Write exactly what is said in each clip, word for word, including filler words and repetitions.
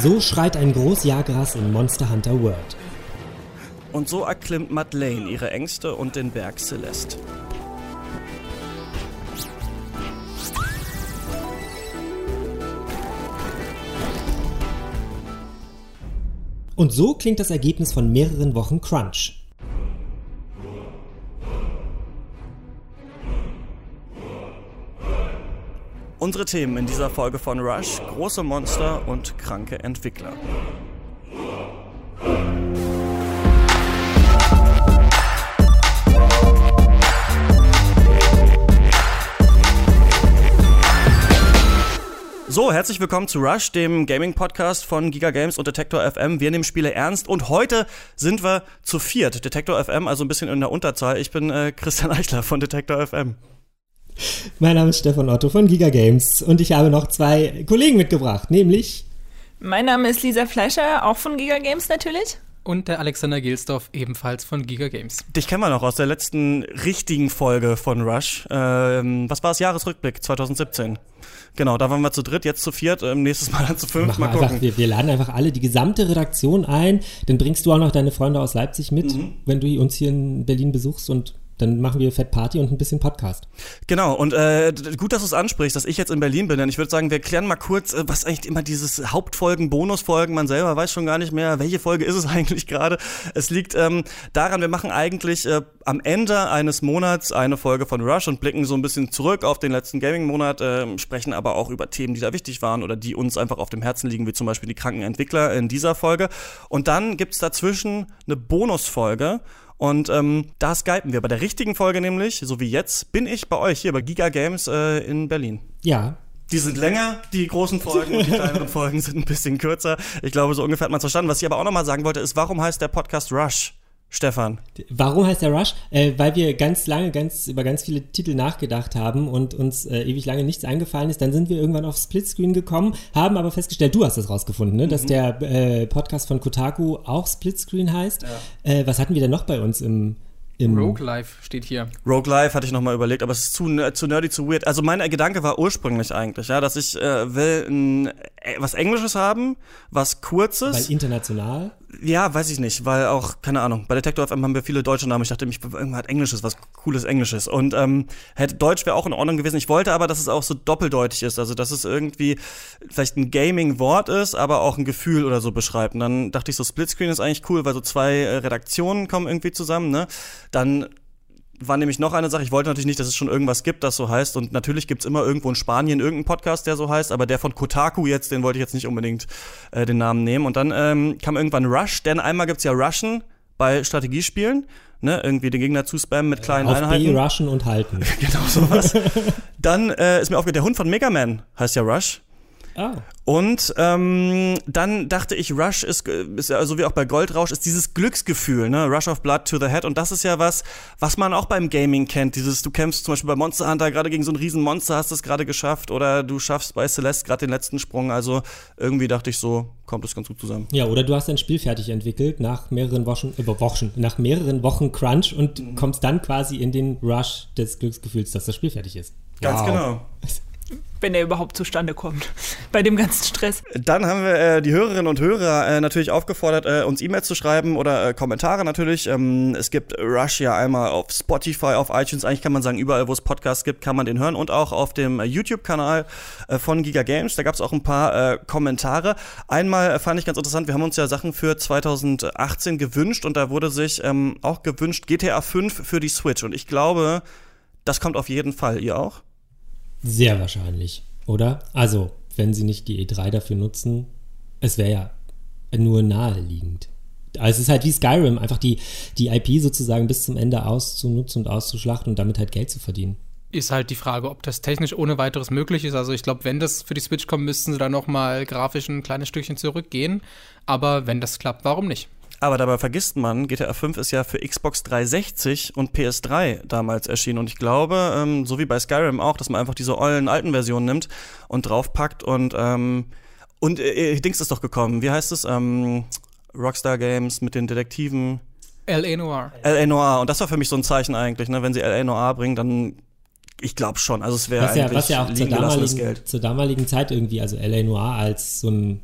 So schreit ein Großjagras in Monster Hunter World. Und so erklimmt Madeleine ihre Ängste und den Berg Celeste. Und so klingt das Ergebnis von mehreren Wochen Crunch. Unsere Themen in dieser Folge von Rush: große Monster und kranke Entwickler. So, herzlich willkommen zu Rush, dem Gaming-Podcast von Giga Games und Detektor F M. Wir nehmen Spiele ernst und heute sind wir zu viert. Detektor F M, also ein bisschen in der Unterzahl. Ich bin äh, Christian Eichler von Detektor F M. Mein Name ist Stefan Otto von Giga Games und ich habe noch zwei Kollegen mitgebracht, nämlich... Mein Name ist Lisa Fleischer, auch von Giga Games natürlich. Und der Alexander Gilsdorf, ebenfalls von Giga Games. Dich kennen wir noch aus der letzten richtigen Folge von Rush. Ähm, was war das? Jahresrückblick zwanzig siebzehn. Genau, da waren wir zu dritt, jetzt zu viert, ähm, nächstes Mal dann zu fünf. Mal gucken. Einfach, wir, wir laden einfach alle, die gesamte Redaktion ein. Dann bringst du auch noch deine Freunde aus Leipzig mit, mhm. wenn du uns hier in Berlin besuchst, und dann machen wir Fett Party und ein bisschen Podcast. Genau, und äh, gut, dass du es ansprichst, dass ich jetzt in Berlin bin, denn ich würde sagen, wir klären mal kurz, was eigentlich immer dieses Hauptfolgen, Bonusfolgen, man selber weiß schon gar nicht mehr, welche Folge ist es eigentlich gerade. Es liegt ähm, daran, wir machen eigentlich äh, am Ende eines Monats eine Folge von Rush und blicken so ein bisschen zurück auf den letzten Gaming-Monat, äh, sprechen aber auch über Themen, die da wichtig waren oder die uns einfach auf dem Herzen liegen, wie zum Beispiel die kranken Entwickler in dieser Folge. Und dann gibt's dazwischen eine Bonusfolge. Und ähm, da skypen wir. Bei der richtigen Folge nämlich, so wie jetzt, bin ich bei euch hier bei Giga Games äh, in Berlin. Ja. Die sind länger, die großen Folgen, und die kleineren Folgen sind ein bisschen kürzer. Ich glaube, so ungefähr hat man es verstanden. Was ich aber auch nochmal sagen wollte, ist, warum heißt der Podcast Rush? Stefan. Warum heißt der Rush? Äh, weil wir ganz lange ganz über ganz viele Titel nachgedacht haben und uns äh, ewig lange nichts eingefallen ist. Dann sind wir irgendwann auf Splitscreen gekommen, haben aber festgestellt, du hast das rausgefunden, ne? Mhm. dass der äh, Podcast von Kotaku auch Splitscreen heißt. Ja. Äh, was hatten wir denn noch bei uns im... Im Rogue Life steht hier. Rogue Life hatte ich nochmal überlegt, aber es ist zu, zu nerdy, zu weird. Also mein Gedanke war ursprünglich eigentlich, ja, dass ich äh, will ein, äh, was Englisches haben, was Kurzes. Weil international? Ja, weiß ich nicht, weil auch, keine Ahnung, bei Detektor F M haben wir viele deutsche Namen. Ich dachte, ich irgendwas hat Englisches, was cooles Englisches. Und ähm, hätte Deutsch wäre auch in Ordnung gewesen. Ich wollte aber, dass es auch so doppeldeutig ist. Also, dass es irgendwie vielleicht ein Gaming-Wort ist, aber auch ein Gefühl oder so beschreibt. Und dann dachte ich so, Splitscreen ist eigentlich cool, weil so zwei äh, Redaktionen kommen irgendwie zusammen, ne? Dann war nämlich noch eine Sache, ich wollte natürlich nicht, dass es schon irgendwas gibt, das so heißt, und natürlich gibt's immer irgendwo in Spanien irgendeinen Podcast, der so heißt, aber der von Kotaku jetzt, den wollte ich jetzt nicht unbedingt äh, den Namen nehmen. Und dann ähm, kam irgendwann Rush, denn einmal gibt's ja Rushen bei Strategiespielen, ne, irgendwie den Gegner zu spammen mit kleinen Auf Einheiten. B, Rushen und halten. Genau sowas. Dann äh, ist mir aufgefallen, der Hund von Mega Man heißt ja Rush. Ah. Und ähm, dann dachte ich, Rush ist, ist ja so wie auch bei Goldrausch, ist dieses Glücksgefühl, ne? Rush of Blood to the Head. Und das ist ja was, was man auch beim Gaming kennt. Dieses, du kämpfst zum Beispiel bei Monster Hunter gerade gegen so ein Riesenmonster, hast es gerade geschafft. Oder du schaffst bei Celeste gerade den letzten Sprung. Also irgendwie dachte ich, so kommt das ganz gut zusammen. Ja, oder du hast ein Spiel fertig entwickelt nach mehreren Wochen, äh, Wochen, nach mehreren Wochen Crunch und mhm. kommst dann quasi in den Rush des Glücksgefühls, dass das Spiel fertig ist. Ganz wow. genau. Wenn der überhaupt zustande kommt, bei dem ganzen Stress. Dann haben wir äh, die Hörerinnen und Hörer äh, natürlich aufgefordert, äh, uns E-Mails zu schreiben oder äh, Kommentare natürlich. Ähm, es gibt Rush ja einmal auf Spotify, auf iTunes, eigentlich kann man sagen, überall, wo es Podcasts gibt, kann man den hören, und auch auf dem äh, YouTube-Kanal äh, von Giga Games. Da gab es auch ein paar äh, Kommentare. Einmal äh, fand ich ganz interessant, wir haben uns ja Sachen für zwanzig achtzehn gewünscht, und da wurde sich ähm, auch gewünscht G T A fünf für die Switch, und ich glaube, das kommt auf jeden Fall. Ihr auch? Sehr wahrscheinlich, oder? Also, wenn sie nicht die E drei dafür nutzen, es wäre ja nur naheliegend. Also es ist halt wie Skyrim, einfach die, die I P sozusagen bis zum Ende auszunutzen und auszuschlachten und damit halt Geld zu verdienen. Ist halt die Frage, ob das technisch ohne weiteres möglich ist. Also ich glaube, wenn das für die Switch kommt, müssten sie da noch mal grafisch ein kleines Stückchen zurückgehen. Aber wenn das klappt, warum nicht? Aber dabei vergisst man, G T A fünf ist ja für Xbox dreihundertsechzig und P S drei damals erschienen. Und ich glaube, ähm, so wie bei Skyrim auch, dass man einfach diese ollen alten Versionen nimmt und draufpackt. Und, ähm, und äh, Dings ist doch gekommen. Wie heißt es? Ähm, Rockstar Games mit den Detektiven. L A Noire. L A Noire. Und das war für mich so ein Zeichen eigentlich, ne? Wenn sie L A Noire bringen, dann, ich glaube schon. Also es wäre eigentlich ja, was ja auch zur liegen gelassenes damaligen, Geld. zur damaligen Zeit irgendwie, also L A Noire als so ein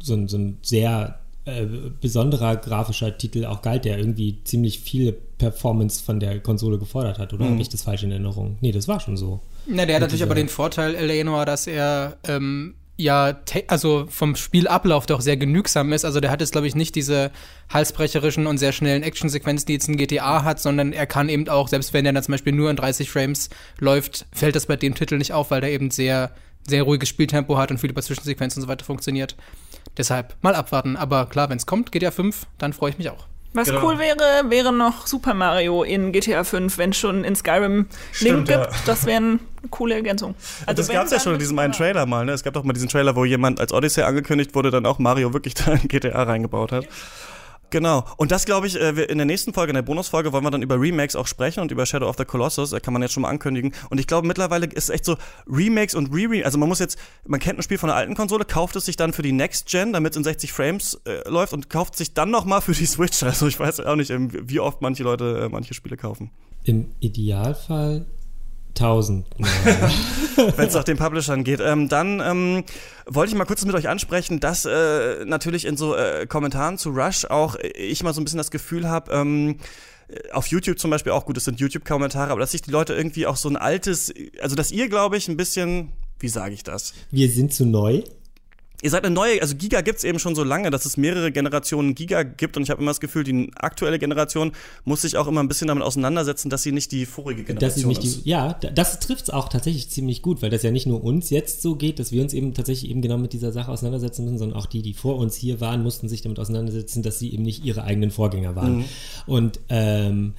so ein, so ein sehr äh, besonderer grafischer Titel auch galt, der irgendwie ziemlich viel Performance von der Konsole gefordert hat, oder mhm. habe ich das falsch in Erinnerung? Nee, das war schon so. Na, der hat natürlich aber den Vorteil, Eleanor, dass er ähm, ja, te- also vom Spielablauf doch sehr genügsam ist. Also der hat jetzt, glaube ich, nicht diese halsbrecherischen und sehr schnellen Actionsequenzen, die jetzt ein G T A hat, sondern er kann eben auch, selbst wenn er dann zum Beispiel nur in dreißig Frames läuft, fällt das bei dem Titel nicht auf, weil der eben sehr, sehr ruhiges Spieltempo hat und viel über Zwischensequenzen und so weiter funktioniert. Deshalb mal abwarten. Aber klar, wenn es kommt, G T A fünf, dann freue ich mich auch. Was genau. cool wäre, wäre noch Super Mario in G T A fünf, wenn es schon in Skyrim Link gibt. Ja. Das wäre eine coole Ergänzung. Also das gab es ja schon in diesem einen Trailer mal. Ne? Es gab doch mal diesen Trailer, wo jemand als Odyssey angekündigt wurde, dann auch Mario wirklich da in G T A reingebaut hat. Ja. Genau. Und das, glaube ich, in der nächsten Folge, in der Bonusfolge, wollen wir dann über Remakes auch sprechen und über Shadow of the Colossus. Da kann man jetzt schon mal ankündigen. Und ich glaube, mittlerweile ist es echt so Remakes und Re-Re. Also man muss jetzt, man kennt ein Spiel von der alten Konsole, kauft es sich dann für die Next Gen, damit es in sechzig Frames äh, läuft und kauft sich dann nochmal für die Switch. Also ich weiß auch nicht, wie oft manche Leute äh, manche Spiele kaufen. Im Idealfall tausend. Wenn es nach den Publishern geht. Ähm, dann ähm, wollte ich mal kurz mit euch ansprechen, dass äh, natürlich in so äh, Kommentaren zu Rush auch ich mal so ein bisschen das Gefühl habe, ähm, auf YouTube zum Beispiel auch, gut, es sind YouTube-Kommentare, aber dass sich die Leute irgendwie auch so ein altes, also dass ihr, glaube ich, ein bisschen, wie sage ich das? Wir sind zu neu. Ihr seid eine neue, also Giga gibt's eben schon so lange, dass es mehrere Generationen Giga gibt und ich habe immer das Gefühl, die aktuelle Generation muss sich auch immer ein bisschen damit auseinandersetzen, dass sie nicht die vorige Generation nicht ist. Die, ja, das trifft's auch tatsächlich ziemlich gut, weil das ja nicht nur uns jetzt so geht, dass wir uns eben tatsächlich eben genau mit dieser Sache auseinandersetzen müssen, sondern auch die, die vor uns hier waren, mussten sich damit auseinandersetzen, dass sie eben nicht ihre eigenen Vorgänger waren. Mhm. Und ähm,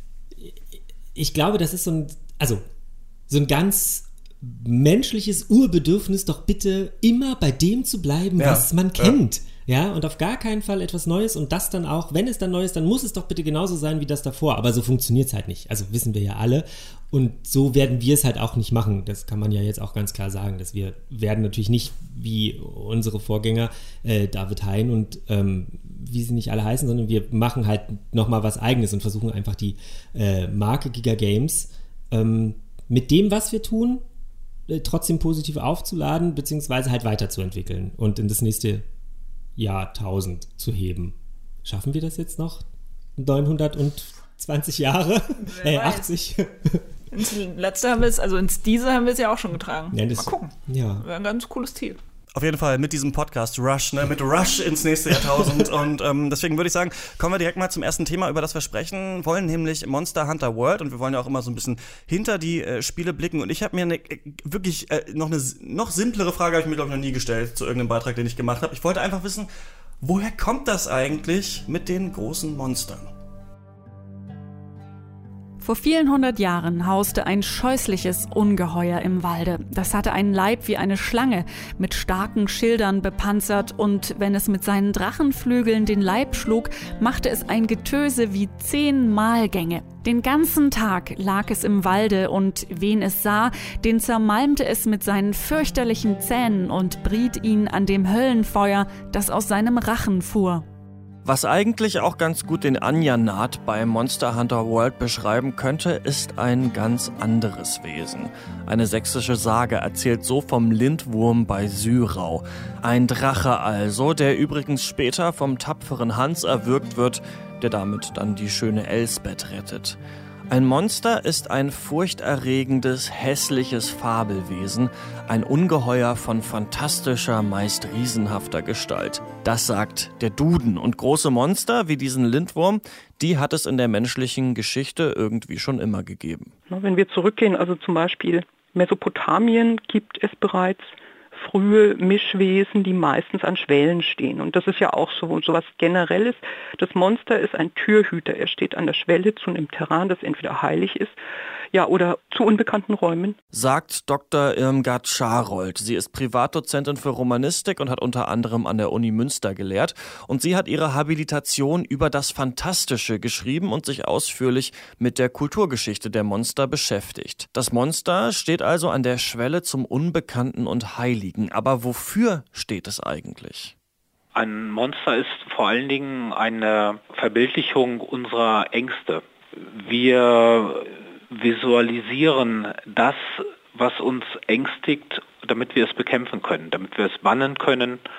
ich glaube, das ist so ein, also so ein ganz menschliches Urbedürfnis, doch bitte immer bei dem zu bleiben, ja, was man kennt. Ja. ja, und auf gar keinen Fall etwas Neues und das dann auch, wenn es dann neu ist, dann muss es doch bitte genauso sein wie das davor. Aber so funktioniert es halt nicht. Also wissen wir ja alle. Und so werden wir es halt auch nicht machen. Das kann man ja jetzt auch ganz klar sagen, dass wir werden natürlich nicht wie unsere Vorgänger, äh, David Hein und ähm, wie sie nicht alle heißen, sondern wir machen halt nochmal was Eigenes und versuchen einfach die äh, Marke Giga Games ähm, mit dem, was wir tun, trotzdem positiv aufzuladen, beziehungsweise halt weiterzuentwickeln und in das nächste Jahrtausend zu heben. Schaffen wir das jetzt noch? neunhundertzwanzig Jahre? äh, achtzig? Ins letzte haben wir es, also ins diese haben wir es ja auch schon getragen. Ja, das, mal gucken. Ja. Wäre ein ganz cooles Ziel. Auf jeden Fall mit diesem Podcast Rush, ne, mit Rush ins nächste Jahrtausend. Und ähm, deswegen würde ich sagen, kommen wir direkt mal zum ersten Thema, über das wir sprechen wollen, nämlich Monster Hunter World. Und wir wollen ja auch immer so ein bisschen hinter die äh, Spiele blicken. Und ich habe mir eine, äh, wirklich äh, noch eine noch simplere Frage, habe ich mir, glaube ich, noch nie gestellt zu irgendeinem Beitrag, den ich gemacht habe. Ich wollte einfach wissen, woher kommt das eigentlich mit den großen Monstern? Vor vielen hundert Jahren hauste ein scheußliches Ungeheuer im Walde. Das hatte einen Leib wie eine Schlange, mit starken Schildern bepanzert und wenn es mit seinen Drachenflügeln den Leib schlug, machte es ein Getöse wie zehn Mahlgänge. Den ganzen Tag lag es im Walde und wen es sah, den zermalmte es mit seinen fürchterlichen Zähnen und briet ihn an dem Höllenfeuer, das aus seinem Rachen fuhr. Was eigentlich auch ganz gut den Anjanat bei Monster Hunter World beschreiben könnte, ist ein ganz anderes Wesen. Eine sächsische Sage erzählt so vom Lindwurm bei Syrau. Ein Drache also, der übrigens später vom tapferen Hans erwürgt wird, der damit dann die schöne Elsbeth rettet. Ein Monster ist ein furchterregendes, hässliches Fabelwesen, ein Ungeheuer von fantastischer, meist riesenhafter Gestalt. Das sagt der Duden. Und große Monster wie diesen Lindwurm, die hat es in der menschlichen Geschichte irgendwie schon immer gegeben. Wenn wir zurückgehen, also zum Beispiel Mesopotamien, gibt es bereits frühe Mischwesen, die meistens an Schwellen stehen. Und das ist ja auch so, so was Generelles. Das Monster ist ein Türhüter. Er steht an der Schwelle zu einem Terrain, das entweder heilig ist, ja, oder zu unbekannten Räumen. Sagt Doktor Irmgard Scharold. Sie ist Privatdozentin für Romanistik und hat unter anderem an der Uni Münster gelehrt. Und sie hat ihre Habilitation über das Fantastische geschrieben und sich ausführlich mit der Kulturgeschichte der Monster beschäftigt. Das Monster steht also an der Schwelle zum Unbekannten und Heiligen. Aber wofür steht es eigentlich? Ein Monster ist vor allen Dingen eine Verbildlichung unserer Ängste. Wir visualisieren das, was uns ängstigt, damit wir es bekämpfen können, damit wir es bannen können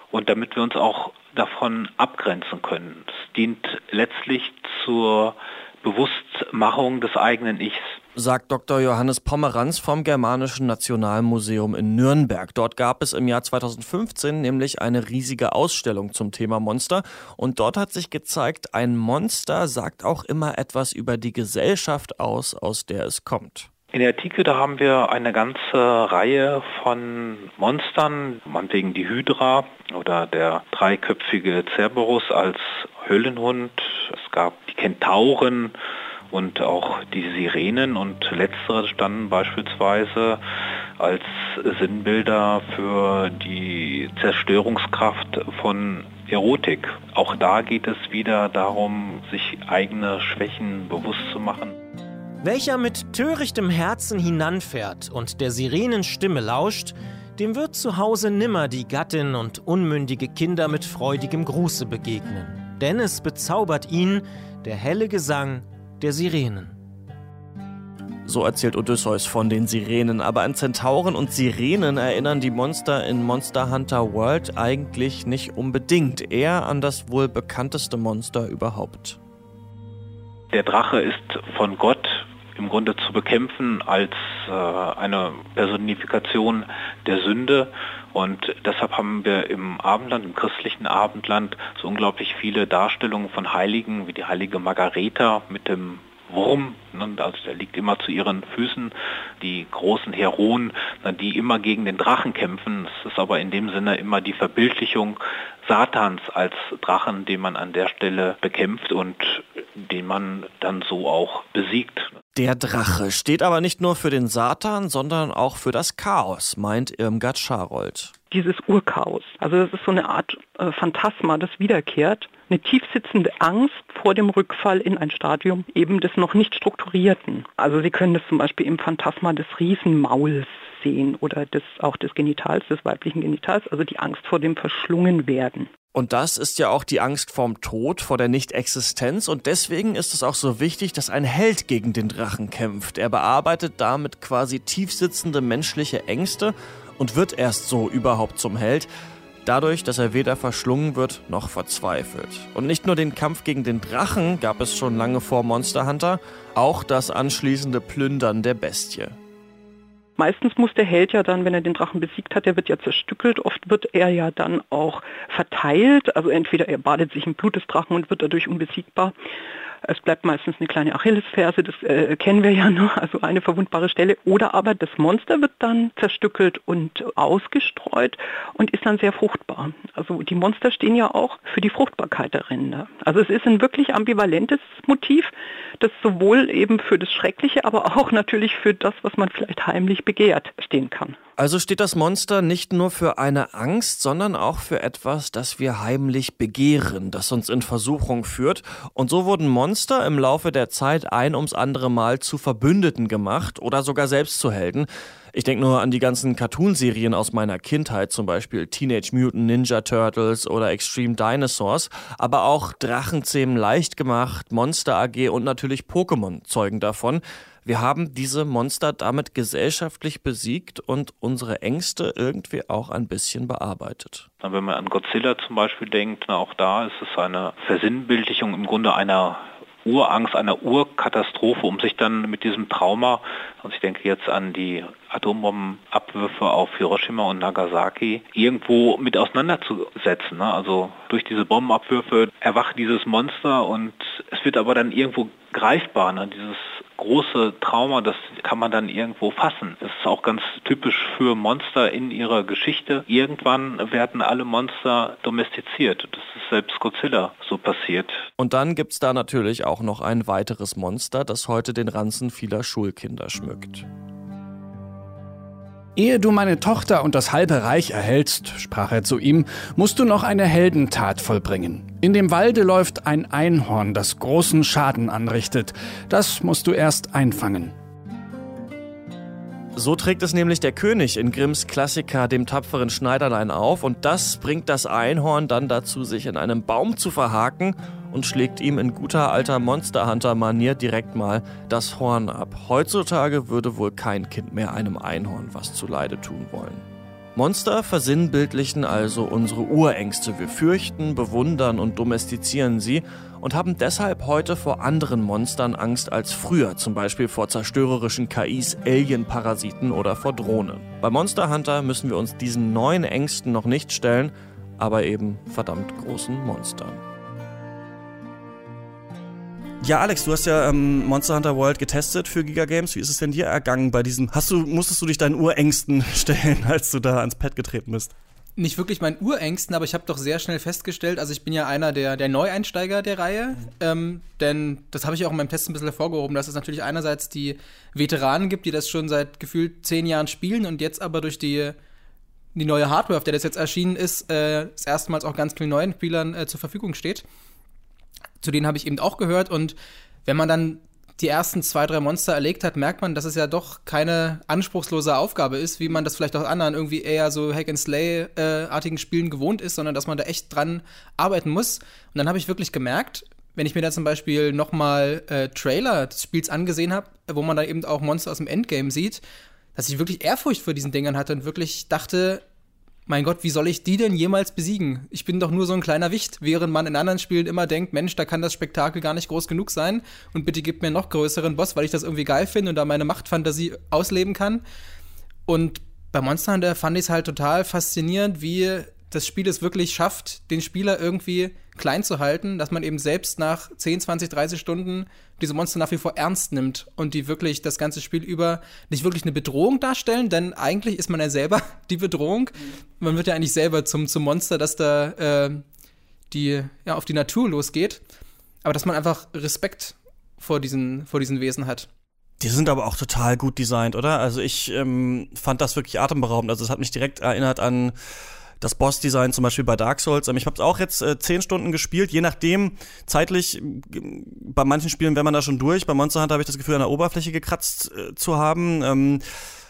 und damit wir uns auch davon abgrenzen können. Es dient letztlich zur Bewusstmachung des eigenen Ichs. Sagt Doktor Johannes Pomeranz vom Germanischen Nationalmuseum in Nürnberg. Dort gab es im Jahr zweitausendfünfzehn nämlich eine riesige Ausstellung zum Thema Monster. Und dort hat sich gezeigt, ein Monster sagt auch immer etwas über die Gesellschaft aus, aus der es kommt. In der Antike, da haben wir eine ganze Reihe von Monstern, meinetwegen die Hydra oder der dreiköpfige Cerberus als Höllenhund. Es gab die Kentauren und auch die Sirenen, und letztere standen beispielsweise als Sinnbilder für die Zerstörungskraft von Erotik. Auch da geht es wieder darum, sich eigene Schwächen bewusst zu machen. Welcher mit törichtem Herzen hinanfährt und der Sirenen Stimme lauscht, dem wird zu Hause nimmer die Gattin und unmündige Kinder mit freudigem Gruße begegnen. Denn es bezaubert ihn der helle Gesang der Sirenen. So erzählt Odysseus von den Sirenen, aber an Zentauren und Sirenen erinnern die Monster in Monster Hunter World eigentlich nicht unbedingt, eher an das wohl bekannteste Monster überhaupt. Der Drache ist von Gott im Grunde zu bekämpfen als äh, eine Personifikation der Sünde, und deshalb haben wir im Abendland, im christlichen Abendland, so unglaublich viele Darstellungen von Heiligen, wie die heilige Margareta mit dem Wurm, also der liegt immer zu ihren Füßen, die großen Heroen, die immer gegen den Drachen kämpfen. Es ist aber in dem Sinne immer die Verbildlichung Satans als Drachen, den man an der Stelle bekämpft und den man dann so auch besiegt. Der Drache steht aber nicht nur für den Satan, sondern auch für das Chaos, meint Irmgard Scharold. Dieses Urchaos, also das ist so eine Art äh, Phantasma, das wiederkehrt. Eine tiefsitzende Angst vor dem Rückfall in ein Stadium eben des noch nicht strukturierten. Also Sie können das zum Beispiel im Phantasma des Riesenmauls sehen oder des, auch des Genitals, des weiblichen Genitals, also die Angst vor dem Verschlungenwerden. Und das ist ja auch die Angst vorm Tod, vor der Nichtexistenz. Und deswegen ist es auch so wichtig, dass ein Held gegen den Drachen kämpft. Er bearbeitet damit quasi tiefsitzende menschliche Ängste und wird erst so überhaupt zum Held, dadurch, dass er weder verschlungen wird noch verzweifelt. Und nicht nur den Kampf gegen den Drachen gab es schon lange vor Monster Hunter, auch das anschließende Plündern der Bestie. Meistens muss der Held ja dann, wenn er den Drachen besiegt hat, der wird ja zerstückelt. Oft wird er ja dann auch verteilt. Also entweder er badet sich im Blut des Drachen und wird dadurch unbesiegbar. Es bleibt meistens eine kleine Achillesferse, das äh, kennen wir ja noch, also eine verwundbare Stelle. Oder aber das Monster wird dann zerstückelt und ausgestreut und ist dann sehr fruchtbar. Also die Monster stehen ja auch für die Fruchtbarkeit der Rinder. Also es ist ein wirklich ambivalentes Motiv, das sowohl eben für das Schreckliche, aber auch natürlich für das, was man vielleicht heimlich begehrt, stehen kann. Also steht das Monster nicht nur für eine Angst, sondern auch für etwas, das wir heimlich begehren, das uns in Versuchung führt. Und so wurden Monster im Laufe der Zeit ein ums andere Mal zu Verbündeten gemacht oder sogar selbst zu Helden. Ich denke nur an die ganzen Cartoonserien aus meiner Kindheit, zum Beispiel Teenage Mutant Ninja Turtles oder Extreme Dinosaurs, aber auch Drachenzähmen leicht gemacht, Monster A G und natürlich Pokémon zeugen davon. Wir haben diese Monster damit gesellschaftlich besiegt und unsere Ängste irgendwie auch ein bisschen bearbeitet. Wenn man an Godzilla zum Beispiel denkt, na, auch da ist es eine Versinnbildlichung im Grunde einer Urangst, einer Urkatastrophe, um sich dann mit diesem Trauma, und ich denke jetzt an die Atombombenabwürfe auf Hiroshima und Nagasaki, irgendwo mit auseinanderzusetzen. Ne? Also durch diese Bombenabwürfe erwacht dieses Monster und es wird aber dann irgendwo greifbar. Ne? Dieses große Trauma, das kann man dann irgendwo fassen. Das ist auch ganz typisch für Monster in ihrer Geschichte. Irgendwann werden alle Monster domestiziert. Das ist selbst Godzilla so passiert. Und dann gibt's da natürlich auch noch ein weiteres Monster, das heute den Ranzen vieler Schulkinder schmückt. Ehe du meine Tochter und das halbe Reich erhältst, sprach er zu ihm, musst du noch eine Heldentat vollbringen. In dem Walde läuft ein Einhorn, das großen Schaden anrichtet. Das musst du erst einfangen. So trägt es nämlich der König in Grimms Klassiker dem tapferen Schneiderlein auf und das bringt das Einhorn dann dazu, sich in einem Baum zu verhaken und schlägt ihm in guter alter Monster Hunter-Manier direkt mal das Horn ab. Heutzutage würde wohl kein Kind mehr einem Einhorn was zuleide tun wollen. Monster versinnbildlichen also unsere Urängste. Wir fürchten, bewundern und domestizieren sie und haben deshalb heute vor anderen Monstern Angst als früher, zum Beispiel vor zerstörerischen K Is, Alien-Parasiten oder vor Drohnen. Bei Monster Hunter müssen wir uns diesen neuen Ängsten noch nicht stellen, aber eben verdammt großen Monstern. Ja, Alex, du hast ja ähm, Monster Hunter World getestet für Giga Games. Wie ist es denn dir ergangen bei diesem? Hast du, musstest du dich deinen Urängsten stellen, als du da ans Pad getreten bist? Nicht wirklich meinen Urängsten, aber ich habe doch sehr schnell festgestellt, also ich bin ja einer der, der Neueinsteiger der Reihe, mhm. ähm, denn das habe ich auch in meinem Test ein bisschen hervorgehoben, dass es natürlich einerseits die Veteranen gibt, die das schon seit gefühlt zehn Jahren spielen und jetzt aber durch die, die neue Hardware, auf der das jetzt erschienen ist, äh, das erstmals auch ganz vielen neuen Spielern äh, zur Verfügung steht. Zu denen habe ich eben auch gehört und wenn man dann die ersten zwei, drei Monster erlegt hat, merkt man, dass es ja doch keine anspruchslose Aufgabe ist, wie man das vielleicht aus anderen irgendwie eher so Hack-and-Slay-artigen Spielen gewohnt ist, sondern dass man da echt dran arbeiten muss. Und dann habe ich wirklich gemerkt, wenn ich mir da zum Beispiel nochmal äh, Trailer des Spiels angesehen habe, wo man da eben auch Monster aus dem Endgame sieht, dass ich wirklich Ehrfurcht vor diesen Dingern hatte und wirklich dachte, mein Gott, wie soll ich die denn jemals besiegen? Ich bin doch nur so ein kleiner Wicht, während man in anderen Spielen immer denkt, Mensch, da kann das Spektakel gar nicht groß genug sein und bitte gib mir einen noch größeren Boss, weil ich das irgendwie geil finde und da meine Machtfantasie ausleben kann. Und bei Monster Hunter fand ich es halt total faszinierend, wie das Spiel es wirklich schafft, den Spieler irgendwie klein zu halten, dass man eben selbst nach zehn, zwanzig, dreißig Stunden diese Monster nach wie vor ernst nimmt und die wirklich das ganze Spiel über nicht wirklich eine Bedrohung darstellen, denn eigentlich ist man ja selber die Bedrohung. Mhm. Man wird ja eigentlich selber zum, zum Monster, das da äh, die, ja, auf die Natur losgeht. Aber dass man einfach Respekt vor diesen, vor diesen Wesen hat. Die sind aber auch total gut designt, oder? Also ich ähm, fand das wirklich atemberaubend. Also es hat mich direkt erinnert an das Boss-Design zum Beispiel bei Dark Souls. Ich habe es auch jetzt äh, zehn Stunden gespielt, je nachdem zeitlich. Bei manchen Spielen wäre man da schon durch. Bei Monster Hunter habe ich das Gefühl, an der Oberfläche gekratzt äh, zu haben. Ähm,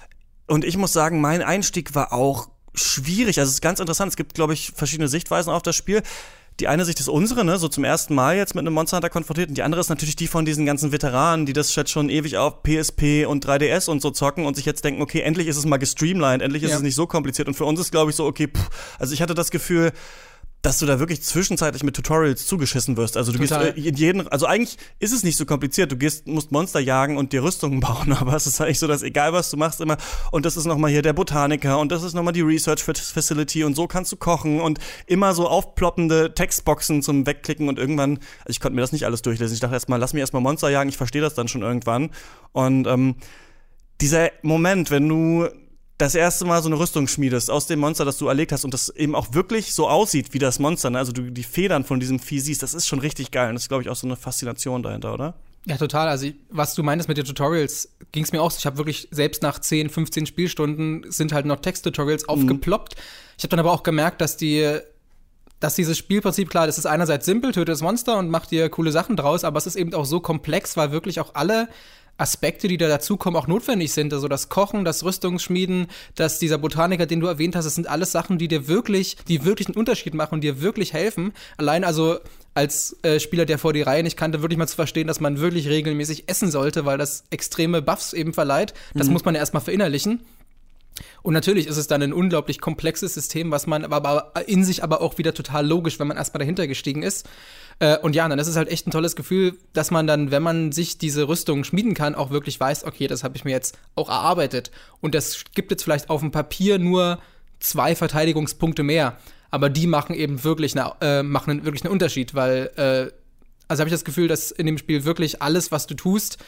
und ich muss sagen, mein Einstieg war auch schwierig. Also es ist ganz interessant. Es gibt, glaube ich, verschiedene Sichtweisen auf das Spiel. Die eine Sicht ist unsere, ne, so zum ersten Mal jetzt mit einem Monster Hunter konfrontiert. Und die andere ist natürlich die von diesen ganzen Veteranen, die das jetzt schon ewig auf P S P und drei D S und so zocken und sich jetzt denken, okay, endlich ist es mal gestreamlined, endlich ist ja. es nicht so kompliziert. Und für uns ist, glaube ich, so, okay, pff, also ich hatte das Gefühl, dass du da wirklich zwischenzeitlich mit Tutorials zugeschissen wirst. Also du Total. gehst in jeden, also eigentlich ist es nicht so kompliziert. Du gehst, musst Monster jagen und dir Rüstungen bauen, aber es ist eigentlich so, dass egal was du machst immer, und das ist nochmal hier der Botaniker und das ist nochmal die Research Facility und so kannst du kochen und immer so aufploppende Textboxen zum Wegklicken und irgendwann, also ich konnte mir das nicht alles durchlesen. Ich dachte erstmal, lass mich erstmal Monster jagen, ich verstehe das dann schon irgendwann. Und ähm, dieser Moment, wenn du das erste Mal so eine Rüstung schmiedest aus dem Monster, das du erlegt hast und das eben auch wirklich so aussieht wie das Monster, ne? Also du die Federn von diesem Vieh siehst, das ist schon richtig geil. Und das ist, glaube ich, auch so eine Faszination dahinter, oder? Ja, total. Also was du meintest mit den Tutorials, ging es mir auch so. Ich habe wirklich, selbst nach zehn, fünfzehn Spielstunden sind halt noch Text-Tutorials mhm. aufgeploppt. Ich habe dann aber auch gemerkt, dass die dass dieses Spielprinzip, klar, das ist einerseits simpel, tötet das Monster und macht dir coole Sachen draus, aber es ist eben auch so komplex, weil wirklich auch alle Aspekte, die da dazukommen, auch notwendig sind. Also das Kochen, das Rüstungsschmieden, dass dieser Botaniker, den du erwähnt hast, das sind alles Sachen, die dir wirklich, die wirklich einen Unterschied machen und dir wirklich helfen. Allein also als äh, Spieler, der vor die Reihe nicht kannte, wirklich mal zu verstehen, dass man wirklich regelmäßig essen sollte, weil das extreme Buffs eben verleiht. Das mhm. muss man ja erstmal verinnerlichen. Und natürlich ist es dann ein unglaublich komplexes System, was man aber in sich aber auch wieder total logisch, wenn man erstmal dahinter gestiegen ist. Und ja, dann ist es halt echt ein tolles Gefühl, dass man dann, wenn man sich diese Rüstung schmieden kann, auch wirklich weiß, okay, das habe ich mir jetzt auch erarbeitet. Und das gibt jetzt vielleicht auf dem Papier nur zwei Verteidigungspunkte mehr. Aber die machen eben wirklich, eine, äh, machen wirklich einen Unterschied, weil, äh, also habe ich das Gefühl, dass in dem Spiel wirklich alles, was du tust,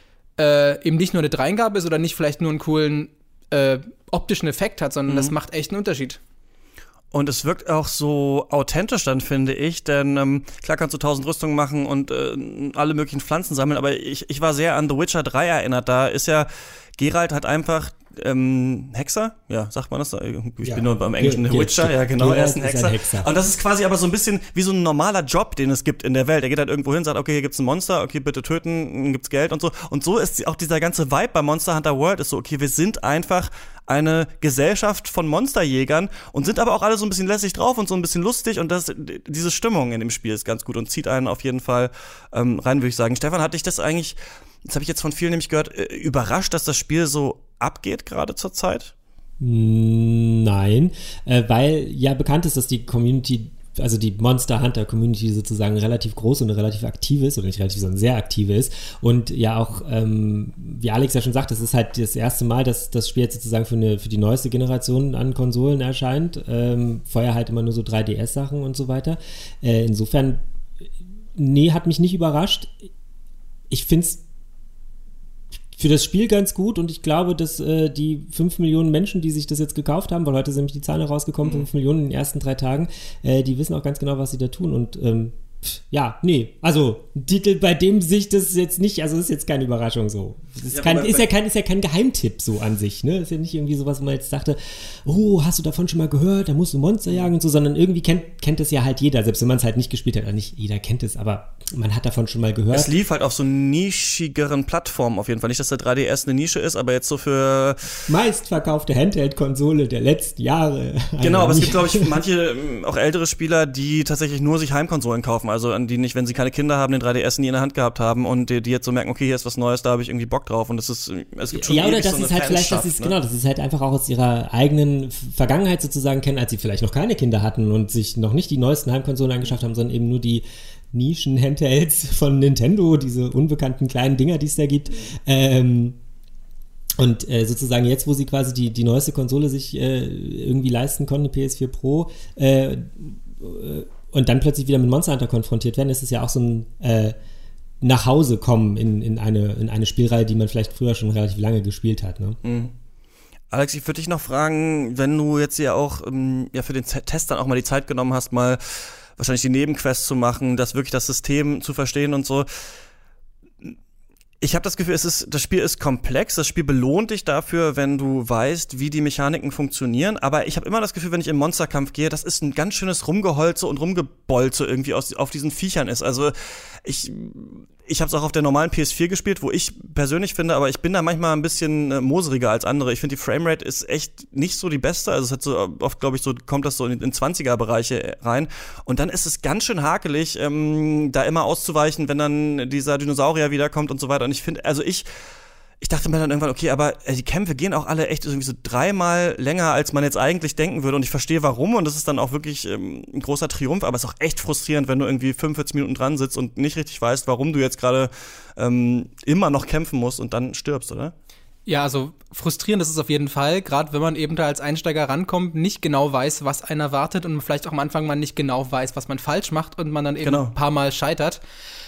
äh, eben nicht nur eine Dreingabe ist oder nicht vielleicht nur einen coolen äh, optischen Effekt hat, sondern mhm. das macht echt einen Unterschied. Und es wirkt auch so authentisch dann, finde ich, denn ähm, klar kannst du tausend Rüstungen machen und äh, alle möglichen Pflanzen sammeln, aber ich, ich war sehr an The Witcher drei erinnert. Da ist ja, Geralt hat einfach ähm, Hexer, ja, sagt man das? Ich ja. bin nur beim Englischen Ge- Witcher, ja genau, er ist ein Hexer. Ist ein Hexer. Und das ist quasi aber so ein bisschen wie so ein normaler Job, den es gibt in der Welt. Er geht halt irgendwo hin, sagt, okay, hier gibt's ein Monster, okay, bitte töten, dann gibt's Geld und so. Und so ist auch dieser ganze Vibe bei Monster Hunter World, ist so, okay, wir sind einfach eine Gesellschaft von Monsterjägern und sind aber auch alle so ein bisschen lässig drauf und so ein bisschen lustig und das, diese Stimmung in dem Spiel ist ganz gut und zieht einen auf jeden Fall ähm, rein, würde ich sagen. Stefan, hat dich das eigentlich, das habe ich jetzt von vielen nämlich gehört, äh, überrascht, dass das Spiel so abgeht gerade zur Zeit? Nein, äh, weil ja bekannt ist, dass die Community, also die Monster Hunter Community sozusagen relativ groß und relativ aktiv ist, oder nicht relativ, sondern sehr aktiv ist und ja auch, ähm, wie Alex ja schon sagt, das ist halt das erste Mal, dass das Spiel jetzt sozusagen für, eine, für die neueste Generation an Konsolen erscheint, ähm, vorher halt immer nur so drei D S-Sachen und so weiter. Äh, insofern, nee, hat mich nicht überrascht. Ich finde es für das Spiel ganz gut und ich glaube, dass äh, die fünf Millionen Menschen, die sich das jetzt gekauft haben, weil heute sind nämlich die Zahlen rausgekommen, fünf Millionen in den ersten drei Tagen, äh, die wissen auch ganz genau, was sie da tun und ähm, ja, nee, also ein Titel, bei dem sich das jetzt nicht, also ist jetzt keine Überraschung so. Das ist, ja, kein, ist, ja kein, ist ja kein Geheimtipp so an sich, ne? Ist ja nicht irgendwie sowas, wo man jetzt dachte, oh, hast du davon schon mal gehört, da musst du Monster jagen und so, sondern irgendwie kennt, kennt es ja halt jeder, selbst wenn man es halt nicht gespielt hat, oder nicht jeder kennt es, aber man hat davon schon mal gehört. Es lief halt auf so nischigeren Plattformen auf jeden Fall. Nicht, dass der drei D S eine Nische ist, aber jetzt so für meistverkaufte Handheld-Konsole der letzten Jahre. Genau, aber es gibt, glaube ich, manche, auch ältere Spieler, die tatsächlich nur sich Heimkonsolen kaufen, also an die nicht, wenn sie keine Kinder haben, den drei D S nie in der Hand gehabt haben und die, die jetzt so merken, okay, hier ist was Neues, da habe ich irgendwie Bock drauf und das ist, es gibt schon ja, oder ewig das so ist eine halt vielleicht, das ist, ne? Genau, das ist halt einfach auch aus ihrer eigenen Vergangenheit sozusagen kennen, als sie vielleicht noch keine Kinder hatten und sich noch nicht die neuesten Heimkonsolen angeschafft haben, sondern eben nur die Nischen-Handhelds von Nintendo, diese unbekannten kleinen Dinger, die es da gibt. Ähm, und äh, sozusagen jetzt, wo sie quasi die, die neueste Konsole sich äh, irgendwie leisten konnten, die P S vier Pro, äh, und dann plötzlich wieder mit Monster Hunter konfrontiert werden, ist es ja auch so ein äh, nach Hause kommen in, in, eine, in eine Spielreihe, die man vielleicht früher schon relativ lange gespielt hat. Ne? Mhm. Alex, ich würde dich noch fragen, wenn du jetzt ja auch ähm, ja für den Z- Test dann auch mal die Zeit genommen hast, mal wahrscheinlich die Nebenquests zu machen, das wirklich das System zu verstehen und so. Ich habe das Gefühl, es ist, das Spiel ist komplex, das Spiel belohnt dich dafür, wenn du weißt, wie die Mechaniken funktionieren, aber ich habe immer das Gefühl, wenn ich im Monsterkampf gehe, das ist ein ganz schönes Rumgeholze und Rumgebolze irgendwie aus, auf diesen Viechern ist. Also ich ich habe es auch auf der normalen P S vier gespielt, wo ich persönlich finde, aber ich bin da manchmal ein bisschen äh, moseriger als andere. Ich finde, die Framerate ist echt nicht so die beste. Also es hat so oft, glaube ich, so kommt das so in, in zwanziger-Bereiche rein. Und dann ist es ganz schön hakelig, ähm, da immer auszuweichen, wenn dann dieser Dinosaurier wiederkommt und so weiter. Und ich finde, also ich Ich dachte mir dann irgendwann, okay, aber äh, die Kämpfe gehen auch alle echt irgendwie so dreimal länger, als man jetzt eigentlich denken würde. Und ich verstehe, warum. Und das ist dann auch wirklich ähm, ein großer Triumph. Aber es ist auch echt frustrierend, wenn du irgendwie fünfundvierzig Minuten dran sitzt und nicht richtig weißt, warum du jetzt gerade ähm, immer noch kämpfen musst und dann stirbst, oder? Ja, also frustrierend ist es auf jeden Fall, gerade wenn man eben da als Einsteiger rankommt, nicht genau weiß, was einen erwartet und vielleicht auch am Anfang man nicht genau weiß, was man falsch macht und man dann eben genau. ein paar Mal scheitert.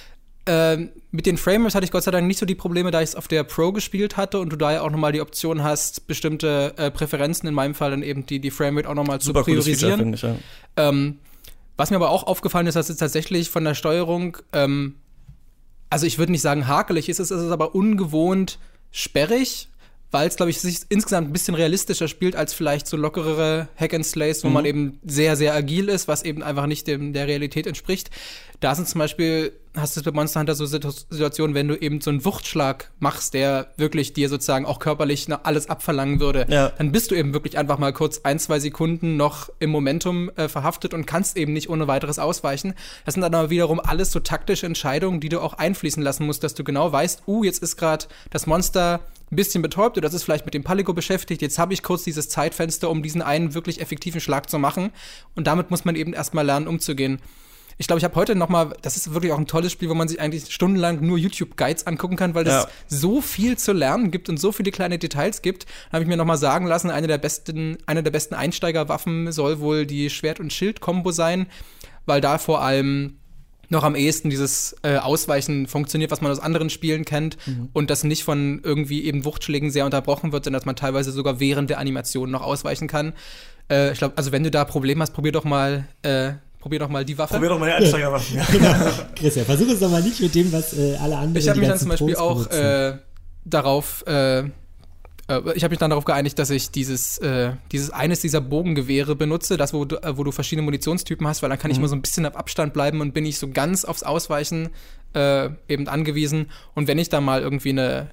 Ähm, mit den Framers hatte ich Gott sei Dank nicht so die Probleme, da ich es auf der Pro gespielt hatte und du da ja auch nochmal die Option hast, bestimmte äh, Präferenzen, in meinem Fall dann eben die, die Framerate auch nochmal zu priorisieren. Feature, finde ich, ja. ähm, was mir aber auch aufgefallen ist, dass es tatsächlich von der Steuerung, ähm, also ich würde nicht sagen hakelig ist, es ist aber ungewohnt sperrig, weil es, glaube ich, sich insgesamt ein bisschen realistischer spielt als vielleicht so lockerere Hack-and-Slays, wo mhm. man eben sehr, sehr agil ist, was eben einfach nicht dem, der Realität entspricht. Da sind zum Beispiel, hast du bei Monster Hunter so Situationen, wenn du eben so einen Wuchtschlag machst, der wirklich dir sozusagen auch körperlich alles abverlangen würde, ja. dann bist du eben wirklich einfach mal kurz ein, zwei Sekunden noch im Momentum äh, verhaftet und kannst eben nicht ohne weiteres ausweichen. Das sind dann aber wiederum alles so taktische Entscheidungen, die du auch einfließen lassen musst, dass du genau weißt, uh, jetzt ist gerade das Monster ein bisschen betäubt oder das ist vielleicht mit dem Palico beschäftigt, jetzt habe ich kurz dieses Zeitfenster, um diesen einen wirklich effektiven Schlag zu machen und damit muss man eben erstmal lernen, umzugehen. Ich glaube, ich habe heute noch mal, das ist wirklich auch ein tolles Spiel, wo man sich eigentlich stundenlang nur YouTube-Guides angucken kann, weil es ja. so viel zu lernen gibt und so viele kleine Details gibt. Da habe ich mir noch mal sagen lassen, eine der besten, eine der besten Einsteigerwaffen soll wohl die Schwert- und Schild-Kombo sein, weil da vor allem noch am ehesten dieses äh, Ausweichen funktioniert, was man aus anderen Spielen kennt mhm. und das nicht von irgendwie eben Wuchtschlägen sehr unterbrochen wird, sondern dass man teilweise sogar während der Animation noch ausweichen kann. Äh, ich glaube, also wenn du da Probleme hast, probier doch mal äh, Probier doch mal die Waffe. Probier doch mal die Einsteigerwaffe. Ja. Genau. Christian, versuch es doch mal nicht mit dem, was äh, alle anderen Ich habe mich dann zum Beispiel auch äh, darauf, äh, äh, ich habe mich dann darauf geeinigt, dass ich dieses, äh, dieses eines dieser Bogengewehre benutze, das, wo du, äh, wo du verschiedene Munitionstypen hast, weil dann kann mhm. ich immer so ein bisschen auf Abstand bleiben und bin nicht so ganz aufs Ausweichen äh, eben angewiesen. Und wenn ich da mal irgendwie eine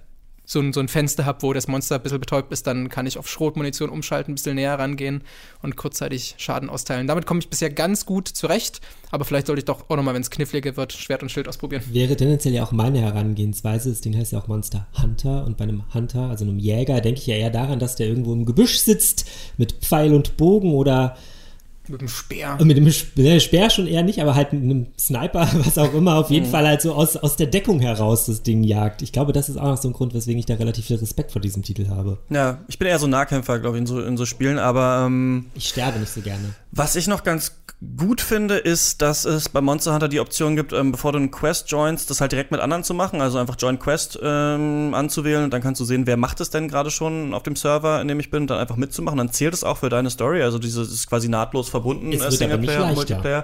so ein, so ein Fenster habe, wo das Monster ein bisschen betäubt ist, dann kann ich auf Schrotmunition umschalten, ein bisschen näher rangehen und kurzzeitig Schaden austeilen. Damit komme ich bisher ganz gut zurecht, aber vielleicht sollte ich doch auch nochmal, wenn es kniffliger wird, Schwert und Schild ausprobieren. Wäre tendenziell ja auch meine Herangehensweise. Das Ding heißt ja auch Monster Hunter und bei einem Hunter, also einem Jäger, denke ich ja eher daran, dass der irgendwo im Gebüsch sitzt mit Pfeil und Bogen oder mit dem Speer. Mit dem Speer, Speer schon eher nicht, aber halt mit einem Sniper, was auch immer, auf jeden mhm. Fall halt so aus, aus der Deckung heraus das Ding jagt. Ich glaube, das ist auch noch so ein Grund, weswegen ich da relativ viel Respekt vor diesem Titel habe. Ja, ich bin eher so ein Nahkämpfer, glaube ich, in so, in so Spielen, aber ähm, ich sterbe nicht so gerne. Was ich noch ganz gut finde, ist, dass es bei Monster Hunter die Option gibt, ähm, bevor du einen Quest joinst, das halt direkt mit anderen zu machen, also einfach Join Quest ähm, anzuwählen und dann kannst du sehen, wer macht es denn gerade schon auf dem Server, in dem ich bin, und dann einfach mitzumachen. Dann zählt es auch für deine Story, also dieses ist quasi nahtlos verbunden, äh, Singleplayer und Multiplayer.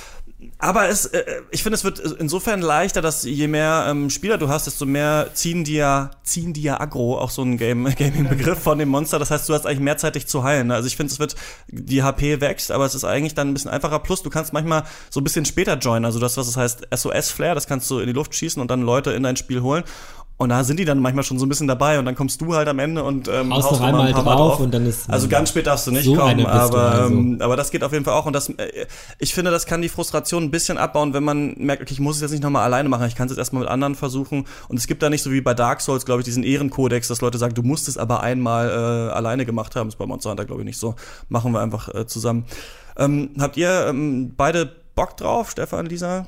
Aber es, äh, ich finde, es wird insofern leichter, dass je mehr ähm, Spieler du hast, desto mehr ziehen die ja, ziehen die ja aggro, auch so ein Game, Gaming-Begriff von dem Monster. Das heißt, du hast eigentlich mehr Zeit, dich zu heilen. Ne? Also ich finde, es wird, die H P wächst, aber es ist eigentlich dann ein bisschen einfacher. Plus, du kannst manchmal so ein bisschen später joinen. Also das, was es heißt, S O S-Flare, das kannst du in die Luft schießen und dann Leute in dein Spiel holen. Und da sind die dann manchmal schon so ein bisschen dabei und dann kommst du halt am Ende und ähm, haust noch einmal drauf, drauf und dann ist also ganz spät darfst du nicht so kommen, aber also. ähm, aber das geht auf jeden Fall auch und das äh, ich finde, das kann die Frustration ein bisschen abbauen, wenn man merkt, okay, ich muss es jetzt nicht nochmal alleine machen, ich kann es jetzt erstmal mit anderen versuchen und es gibt da nicht so wie bei Dark Souls, glaube ich, diesen Ehrenkodex, dass Leute sagen, du musst es aber einmal äh, alleine gemacht haben, das ist bei Monster Hunter, glaube ich, nicht so. Machen wir einfach äh, zusammen. Ähm, habt ihr ähm, beide Bock drauf, Stefan, Lisa?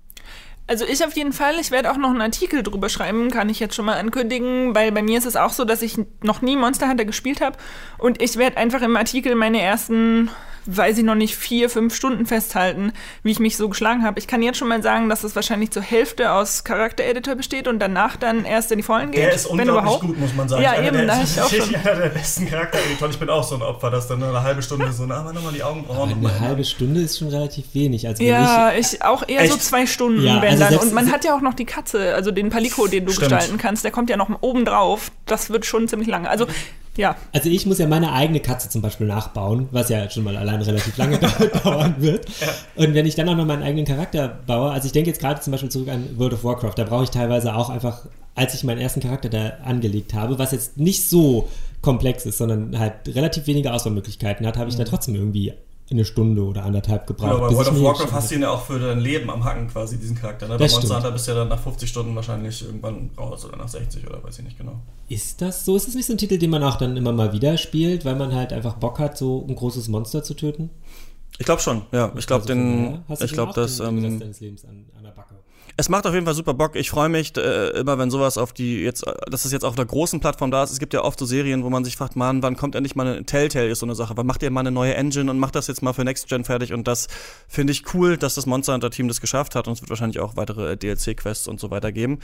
Also ich auf jeden Fall, ich werde auch noch einen Artikel drüber schreiben, kann ich jetzt schon mal ankündigen, weil bei mir ist es auch so, dass ich noch nie Monster Hunter gespielt habe und ich werde einfach im Artikel meine ersten, weiß ich noch nicht, vier, fünf Stunden festhalten, wie ich mich so geschlagen habe. Ich kann jetzt schon mal sagen, dass es wahrscheinlich zur Hälfte aus Charaktereditor besteht und danach dann erst in die Vollen geht. Der ist wenn unglaublich überhaupt. gut, muss man sagen. Ja, einer eben, der, da ich auch schon. Einer der besten Charaktereditoren. Ich bin auch so ein Opfer, das dann eine halbe Stunde so, na, nochmal die Augenbrauen. Eine mal halbe Stunde ist schon relativ wenig. Also ja, ich, ich auch eher echt? so zwei Stunden, ja, wenn also dann. Und man hat ja auch noch die Katze, also den Palico, den du Stimmt. gestalten kannst, der kommt ja noch oben drauf. Das wird schon ziemlich lange. Also ja. Also ich muss ja meine eigene Katze zum Beispiel nachbauen, was ja schon mal allein relativ lange dauern wird. Ja. Und wenn ich dann auch noch meinen eigenen Charakter baue, also ich denke jetzt gerade zum Beispiel zurück an World of Warcraft, da brauche ich teilweise auch einfach, als ich meinen ersten Charakter da angelegt habe, was jetzt nicht so komplex ist, sondern halt relativ wenige Auswahlmöglichkeiten hat, habe ich mhm. da trotzdem irgendwie eine Stunde oder anderthalb gebraucht. Ja, bei World of Warcraft hast du ihn ja auch für dein Leben am Hacken quasi, diesen Charakter. Ne? Bei Monster Hunter bist du ja dann nach fünfzig Stunden wahrscheinlich irgendwann raus oder nach sechzig oder weiß ich nicht genau. Ist das so? Ist das nicht so ein Titel, den man auch dann immer mal wieder spielt, weil man halt einfach Bock hat, so ein großes Monster zu töten? Ich glaube schon, ja. Ich glaube, also den, ich glaube, das, den, den ähm, deines Lebens an, an der Backe. Es macht auf jeden Fall super Bock. Ich freue mich äh, immer, wenn sowas auf die jetzt, dass es jetzt auf der großen Plattform da ist. Es gibt ja oft so Serien, wo man sich fragt, Mann, wann kommt endlich mal eine Telltale ist so eine Sache. Wann macht ihr mal eine neue Engine und macht das jetzt mal für Next Gen fertig? Und das finde ich cool, dass das Monster Hunter Team das geschafft hat. Und es wird wahrscheinlich auch weitere D L C-Quests und so weiter geben.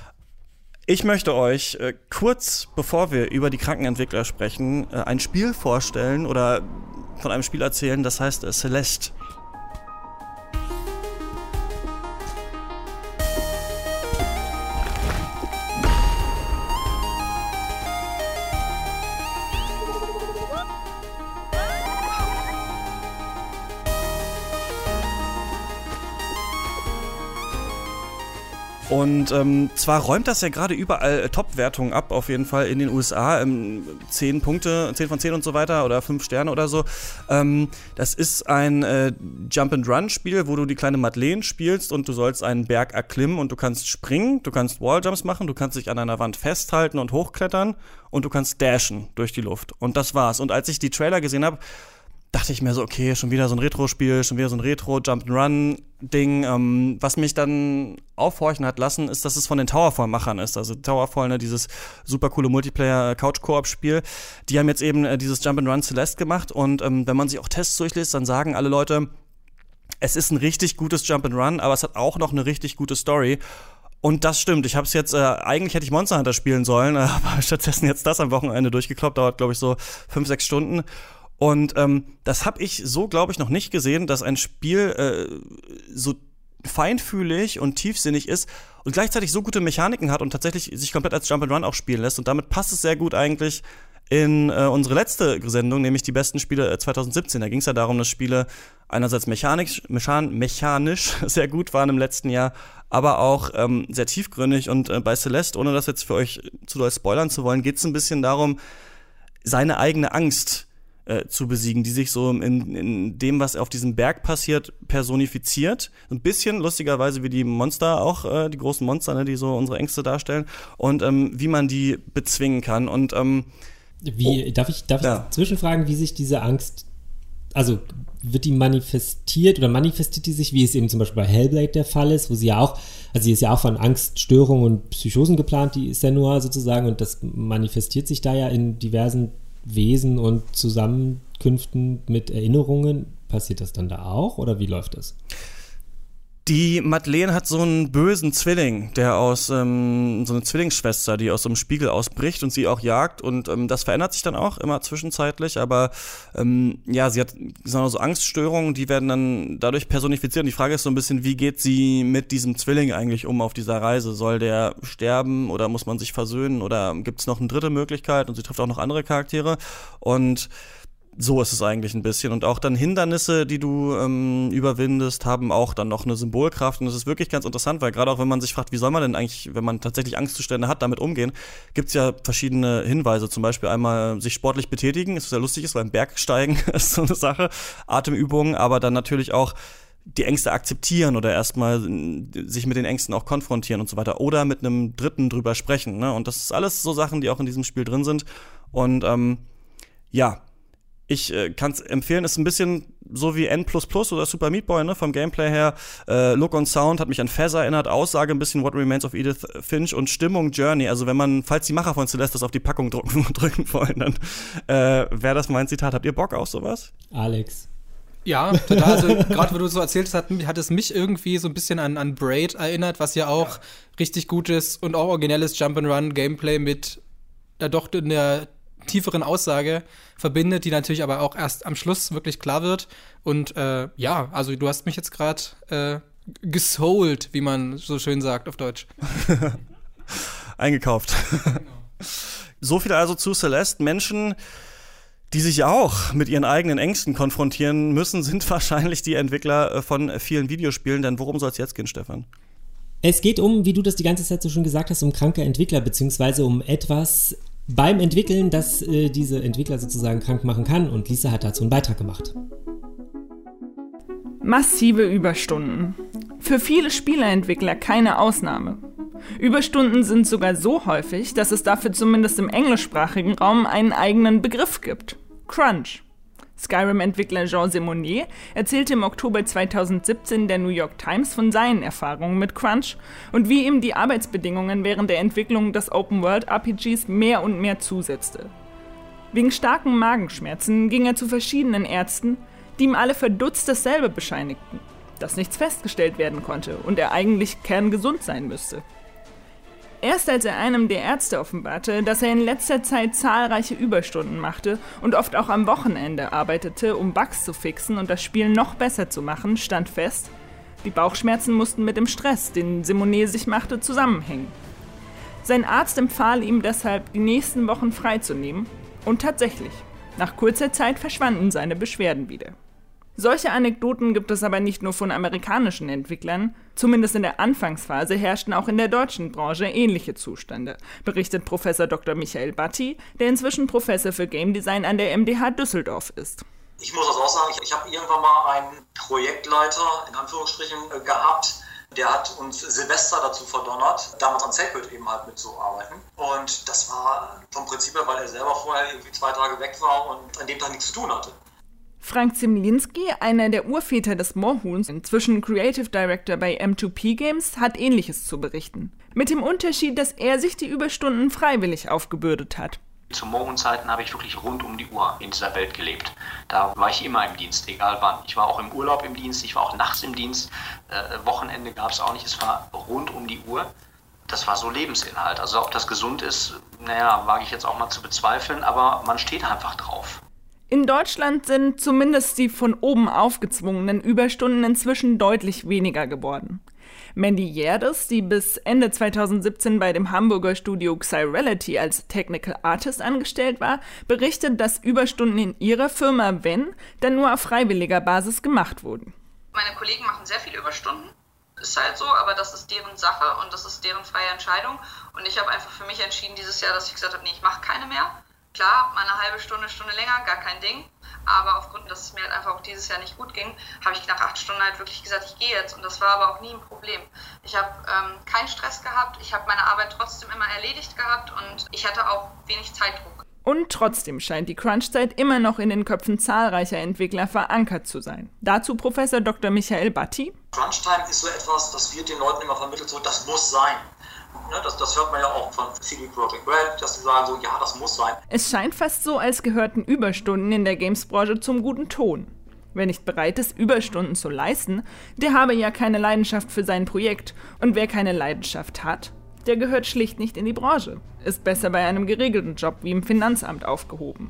Ich möchte euch äh, kurz, bevor wir über die Krankenentwickler sprechen, äh, ein Spiel vorstellen oder von einem Spiel erzählen, das heißt äh, Celeste. Und ähm, zwar räumt das ja gerade überall äh, Top-Wertungen ab, auf jeden Fall in den U S A, ähm, zehn Punkte, zehn von zehn und so weiter oder fünf Sterne oder so. Ähm, das ist ein äh, Jump-and-Run-Spiel, wo du die kleine Madeleine spielst und du sollst einen Berg erklimmen und du kannst springen, du kannst Walljumps machen, du kannst dich an einer Wand festhalten und hochklettern und du kannst dashen durch die Luft. Und das war's. Und als ich die Trailer gesehen habe, dachte ich mir so, okay, schon wieder so ein Retro-Spiel, schon wieder so ein Retro-Jump-and-Run-Ding. Ähm, was mich dann aufhorchen hat lassen, ist, dass es von den Towerfall-Machern ist. Also Towerfall, ne, dieses super coole Multiplayer-Couch-Koop-Spiel. Die haben jetzt eben äh, dieses Jump-and-Run Celeste gemacht. Und ähm, wenn man sich auch Tests durchliest, dann sagen alle Leute, es ist ein richtig gutes Jump-and-Run, aber es hat auch noch eine richtig gute Story. Und das stimmt. Ich habe es jetzt, äh, eigentlich hätte ich Monster Hunter spielen sollen, äh, aber stattdessen jetzt das am Wochenende durchgekloppt. Dauert, glaube ich, so fünf, sechs Stunden. Und ähm, das habe ich so, glaube ich, noch nicht gesehen, dass ein Spiel äh, so feinfühlig und tiefsinnig ist und gleichzeitig so gute Mechaniken hat und tatsächlich sich komplett als Jump and Run auch spielen lässt. Und damit passt es sehr gut eigentlich in äh, unsere letzte Sendung, nämlich die besten Spiele äh, zwanzig siebzehn. Da ging es ja darum, dass Spiele einerseits mechanisch, mechan, mechanisch sehr gut waren im letzten Jahr, aber auch ähm, sehr tiefgründig. Und äh, bei Celeste, ohne das jetzt für euch zu doll spoilern zu wollen, geht es ein bisschen darum, seine eigene Angst äh, zu besiegen, die sich so in, in dem, was auf diesem Berg passiert, personifiziert. Ein bisschen lustigerweise wie die Monster auch, äh, die großen Monster, ne, die so unsere Ängste darstellen. Und ähm, wie man die bezwingen kann. Und ähm, Wie, oh, darf ich, darf ich ja. zwischenfragen, wie sich diese Angst, also wird die manifestiert oder manifestiert die sich, wie es eben zum Beispiel bei Hellblade der Fall ist, wo sie ja auch, also sie ist ja auch von Angststörungen und Psychosen geplant, die ist ja nur sozusagen, und das manifestiert sich da ja in diversen Wesen und Zusammenkünften mit Erinnerungen. Passiert das dann da auch oder wie läuft das? Die Madeleine hat so einen bösen Zwilling, der aus, ähm, so eine Zwillingsschwester, die aus so einem Spiegel ausbricht und sie auch jagt, und ähm, das verändert sich dann auch immer zwischenzeitlich, aber ähm, ja, sie hat so Angststörungen, die werden dann dadurch personifiziert, und die Frage ist so ein bisschen, wie geht sie mit diesem Zwilling eigentlich um auf dieser Reise? Soll der sterben oder muss man sich versöhnen oder gibt es noch eine dritte Möglichkeit, und sie trifft auch noch andere Charaktere, und so ist es eigentlich ein bisschen. Und auch dann Hindernisse, die du ähm, überwindest, haben auch dann noch eine Symbolkraft. Und das ist wirklich ganz interessant, weil gerade auch wenn man sich fragt, wie soll man denn eigentlich, wenn man tatsächlich Angstzustände hat, damit umgehen, gibt es ja verschiedene Hinweise. Zum Beispiel einmal sich sportlich betätigen, das sehr lustig ist, weil im Bergsteigen ist so eine Sache, Atemübungen, aber dann natürlich auch die Ängste akzeptieren oder erstmal sich mit den Ängsten auch konfrontieren und so weiter. Oder mit einem Dritten drüber sprechen. Ne? Und das ist alles so Sachen, die auch in diesem Spiel drin sind. Und ähm, ja, Ich äh, kann es empfehlen, ist ein bisschen so wie N plus plus oder Super Meat Boy, ne, vom Gameplay her. Äh, Look und Sound hat mich an Fez erinnert, Aussage ein bisschen What Remains of Edith Finch und Stimmung Journey. Also wenn man, falls die Macher von Celeste das auf die Packung drücken, drücken wollen, dann äh, wäre das mein Zitat. Habt ihr Bock auf sowas? Alex. Ja, total. Also gerade wo du so erzählt hast, hat es mich irgendwie so ein bisschen an, an Braid erinnert, was ja auch ja. richtig gutes und auch originelles Jump-and-Run-Gameplay mit ja doch in der tieferen Aussage verbindet, die natürlich aber auch erst am Schluss wirklich klar wird. Und äh, ja, also du hast mich jetzt gerade äh, gesold, wie man so schön sagt auf Deutsch. Eingekauft. Genau. So viel also zu Celeste. Menschen, die sich auch mit ihren eigenen Ängsten konfrontieren müssen, sind wahrscheinlich die Entwickler von vielen Videospielen. Denn worum soll es jetzt gehen, Stefan? Es geht um, wie du das die ganze Zeit so schon gesagt hast, um kranke Entwickler, beziehungsweise um etwas beim Entwickeln, das äh, diese Entwickler sozusagen krank machen kann. Und Lisa hat dazu einen Beitrag gemacht. Massive Überstunden. Für viele Spieleentwickler keine Ausnahme. Überstunden sind sogar so häufig, dass es dafür zumindest im englischsprachigen Raum einen eigenen Begriff gibt. Crunch. Skyrim-Entwickler Jean Simonier erzählte im Oktober zweitausendsiebzehn der New York Times von seinen Erfahrungen mit Crunch und wie ihm die Arbeitsbedingungen während der Entwicklung des Open-World-R P Gs mehr und mehr zusetzte. Wegen starken Magenschmerzen ging er zu verschiedenen Ärzten, die ihm alle verdutzt dasselbe bescheinigten, dass nichts festgestellt werden konnte und er eigentlich kerngesund sein müsste. Erst als er einem der Ärzte offenbarte, dass er in letzter Zeit zahlreiche Überstunden machte und oft auch am Wochenende arbeitete, um Bugs zu fixen und das Spiel noch besser zu machen, stand fest, die Bauchschmerzen mussten mit dem Stress, den Simonier sich machte, zusammenhängen. Sein Arzt empfahl ihm deshalb, die nächsten Wochen freizunehmen, und tatsächlich, nach kurzer Zeit verschwanden seine Beschwerden wieder. Solche Anekdoten gibt es aber nicht nur von amerikanischen Entwicklern, zumindest in der Anfangsphase herrschten auch in der deutschen Branche ähnliche Zustände, berichtet Professor Doktor Michael Batti, der inzwischen Professor für Game Design an der M D H Düsseldorf ist. Ich muss das auch sagen, ich, ich habe irgendwann mal einen Projektleiter, in Anführungsstrichen, äh, gehabt, der hat uns Silvester dazu verdonnert, damals an Sacred eben halt mitzuarbeiten. Und das war vom Prinzip her, weil er selber vorher irgendwie zwei Tage weg war und an dem Tag nichts zu tun hatte. Frank Zemlinski, einer der Urväter des Moorhuhns, inzwischen Creative Director bei M zwei P Games, hat Ähnliches zu berichten. Mit dem Unterschied, dass er sich die Überstunden freiwillig aufgebürdet hat. Zu Moorhuhn-Zeiten habe ich wirklich rund um die Uhr in dieser Welt gelebt. Da war ich immer im Dienst, egal wann. Ich war auch im Urlaub im Dienst, ich war auch nachts im Dienst. Äh, Wochenende gab es auch nicht, es war rund um die Uhr. Das war so Lebensinhalt. Also ob das gesund ist, naja, wage ich jetzt auch mal zu bezweifeln, aber man steht einfach drauf. In Deutschland sind zumindest die von oben aufgezwungenen Überstunden inzwischen deutlich weniger geworden. Mandy Jerdes, die bis Ende zweitausendsiebzehn bei dem Hamburger Studio Xyrality als Technical Artist angestellt war, berichtet, dass Überstunden in ihrer Firma, wenn, dann nur auf freiwilliger Basis gemacht wurden. Meine Kollegen machen sehr viele Überstunden. Ist halt so, aber das ist deren Sache und das ist deren freie Entscheidung. Und ich habe einfach für mich entschieden dieses Jahr, dass ich gesagt habe, nee, ich mache keine mehr. Klar, mal eine halbe Stunde, Stunde länger, gar kein Ding. Aber aufgrund, dass es mir halt einfach auch dieses Jahr nicht gut ging, habe ich nach acht Stunden halt wirklich gesagt, ich gehe jetzt. Und das war aber auch nie ein Problem. Ich habe ähm, keinen Stress gehabt, ich habe meine Arbeit trotzdem immer erledigt gehabt und ich hatte auch wenig Zeitdruck. Und trotzdem scheint die Crunchzeit immer noch in den Köpfen zahlreicher Entwickler verankert zu sein. Dazu Professor Doktor Michael Batti. Crunchtime ist so etwas, das wird den Leuten immer vermittelt, so das muss sein. Ne, das, das hört man ja auch von C D Projekt Red, dass sie sagen so, ja, das muss sein. Es scheint fast so, als gehörten Überstunden in der Games-Branche zum guten Ton. Wer nicht bereit ist, Überstunden zu leisten, der habe ja keine Leidenschaft für sein Projekt. Und wer keine Leidenschaft hat, der gehört schlicht nicht in die Branche, ist besser bei einem geregelten Job wie im Finanzamt aufgehoben.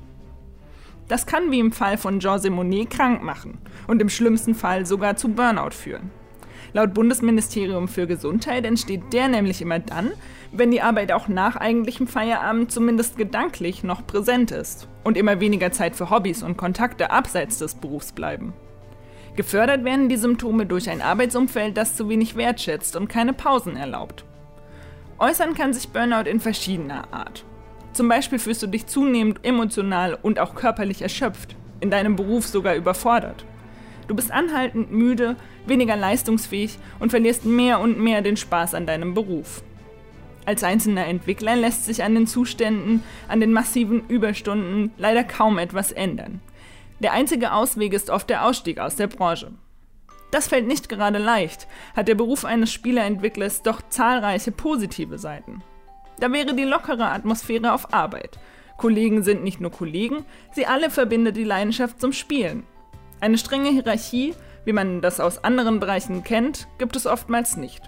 Das kann wie im Fall von José Monet krank machen und im schlimmsten Fall sogar zu Burnout führen. Laut Bundesministerium für Gesundheit entsteht der nämlich immer dann, wenn die Arbeit auch nach eigentlichem Feierabend zumindest gedanklich noch präsent ist und immer weniger Zeit für Hobbys und Kontakte abseits des Berufs bleiben. Gefördert werden die Symptome durch ein Arbeitsumfeld, das zu wenig wertschätzt und keine Pausen erlaubt. Äußern kann sich Burnout in verschiedener Art. Zum Beispiel fühlst du dich zunehmend emotional und auch körperlich erschöpft, in deinem Beruf sogar überfordert. Du bist anhaltend müde, weniger leistungsfähig und verlierst mehr und mehr den Spaß an deinem Beruf. Als einzelner Entwickler lässt sich an den Zuständen, an den massiven Überstunden leider kaum etwas ändern. Der einzige Ausweg ist oft der Ausstieg aus der Branche. Das fällt nicht gerade leicht, hat der Beruf eines Spieleentwicklers doch zahlreiche positive Seiten. Da wäre die lockere Atmosphäre auf Arbeit. Kollegen sind nicht nur Kollegen, sie alle verbindet die Leidenschaft zum Spielen. Eine strenge Hierarchie, wie man das aus anderen Bereichen kennt, gibt es oftmals nicht.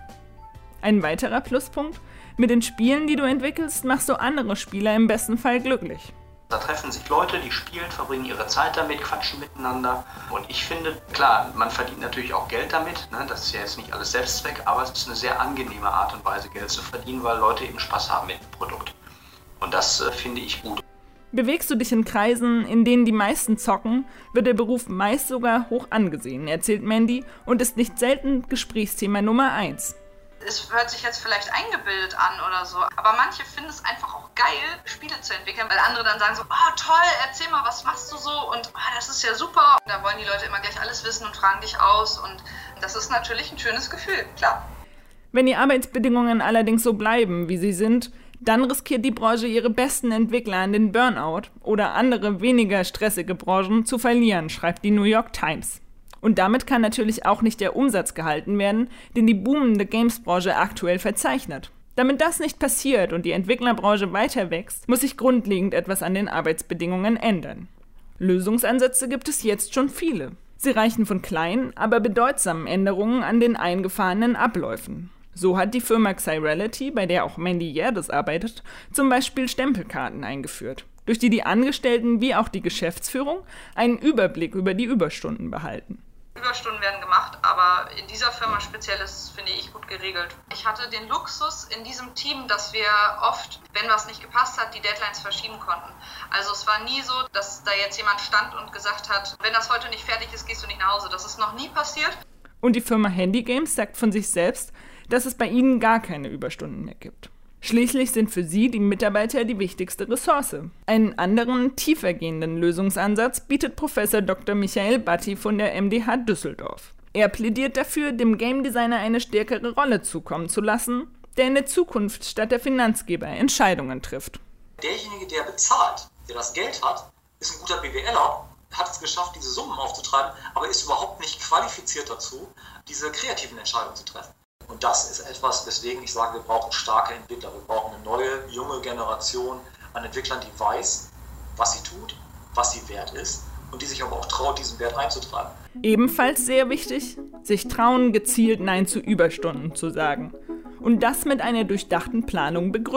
Ein weiterer Pluspunkt: Mit den Spielen, die du entwickelst, machst du andere Spieler im besten Fall glücklich. Da treffen sich Leute, die spielen, verbringen ihre Zeit damit, quatschen miteinander. Und ich finde, klar, man verdient natürlich auch Geld damit. Ne? Das ist ja jetzt nicht alles Selbstzweck, aber es ist eine sehr angenehme Art und Weise, Geld zu verdienen, weil Leute eben Spaß haben mit dem Produkt. Und das äh, finde ich gut. Bewegst du dich in Kreisen, in denen die meisten zocken, wird der Beruf meist sogar hoch angesehen, erzählt Mandy, und ist nicht selten Gesprächsthema Nummer eins. Es hört sich jetzt vielleicht eingebildet an oder so, aber manche finden es einfach auch geil, Spiele zu entwickeln, weil andere dann sagen so, oh toll, erzähl mal, was machst du so und oh, das ist ja super. Und da wollen die Leute immer gleich alles wissen und fragen dich aus und das ist natürlich ein schönes Gefühl, klar. Wenn die Arbeitsbedingungen allerdings so bleiben, wie sie sind, dann riskiert die Branche ihre besten Entwickler an den Burnout oder andere weniger stressige Branchen zu verlieren, schreibt die New York Times. Und damit kann natürlich auch nicht der Umsatz gehalten werden, den die boomende Games-Branche aktuell verzeichnet. Damit das nicht passiert und die Entwicklerbranche weiter wächst, muss sich grundlegend etwas an den Arbeitsbedingungen ändern. Lösungsansätze gibt es jetzt schon viele. Sie reichen von kleinen, aber bedeutsamen Änderungen an den eingefahrenen Abläufen. So hat die Firma Xyrality, bei der auch Mandy Jerdes arbeitet, zum Beispiel Stempelkarten eingeführt, durch die die Angestellten wie auch die Geschäftsführung einen Überblick über die Überstunden behalten. Überstunden werden gemacht, aber in dieser Firma speziell ist, finde ich, gut geregelt. Ich hatte den Luxus in diesem Team, dass wir oft, wenn was nicht gepasst hat, die Deadlines verschieben konnten. Also es war nie so, dass da jetzt jemand stand und gesagt hat, wenn das heute nicht fertig ist, gehst du nicht nach Hause. Das ist noch nie passiert. Und die Firma Handy Games sagt von sich selbst, dass es bei ihnen gar keine Überstunden mehr gibt. Schließlich sind für sie die Mitarbeiter die wichtigste Ressource. Einen anderen, tiefergehenden Lösungsansatz bietet Professor Doktor Michael Batti von der M D H Düsseldorf. Er plädiert dafür, dem Game Designer eine stärkere Rolle zukommen zu lassen, der in der Zukunft statt der Finanzgeber Entscheidungen trifft. Derjenige, der bezahlt, der das Geld hat, ist ein guter B W Ler, hat es geschafft, diese Summen aufzutreiben, aber ist überhaupt nicht qualifiziert dazu, diese kreativen Entscheidungen zu treffen. Und das ist etwas, weswegen ich sage, wir brauchen starke Entwickler. Wir brauchen eine neue, junge Generation an Entwicklern, die weiß, was sie tut, was sie wert ist und die sich aber auch traut, diesen Wert einzutreiben. Ebenfalls sehr wichtig, sich trauen, gezielt Nein zu Überstunden zu sagen. Und das mit einer durchdachten Planung begründen.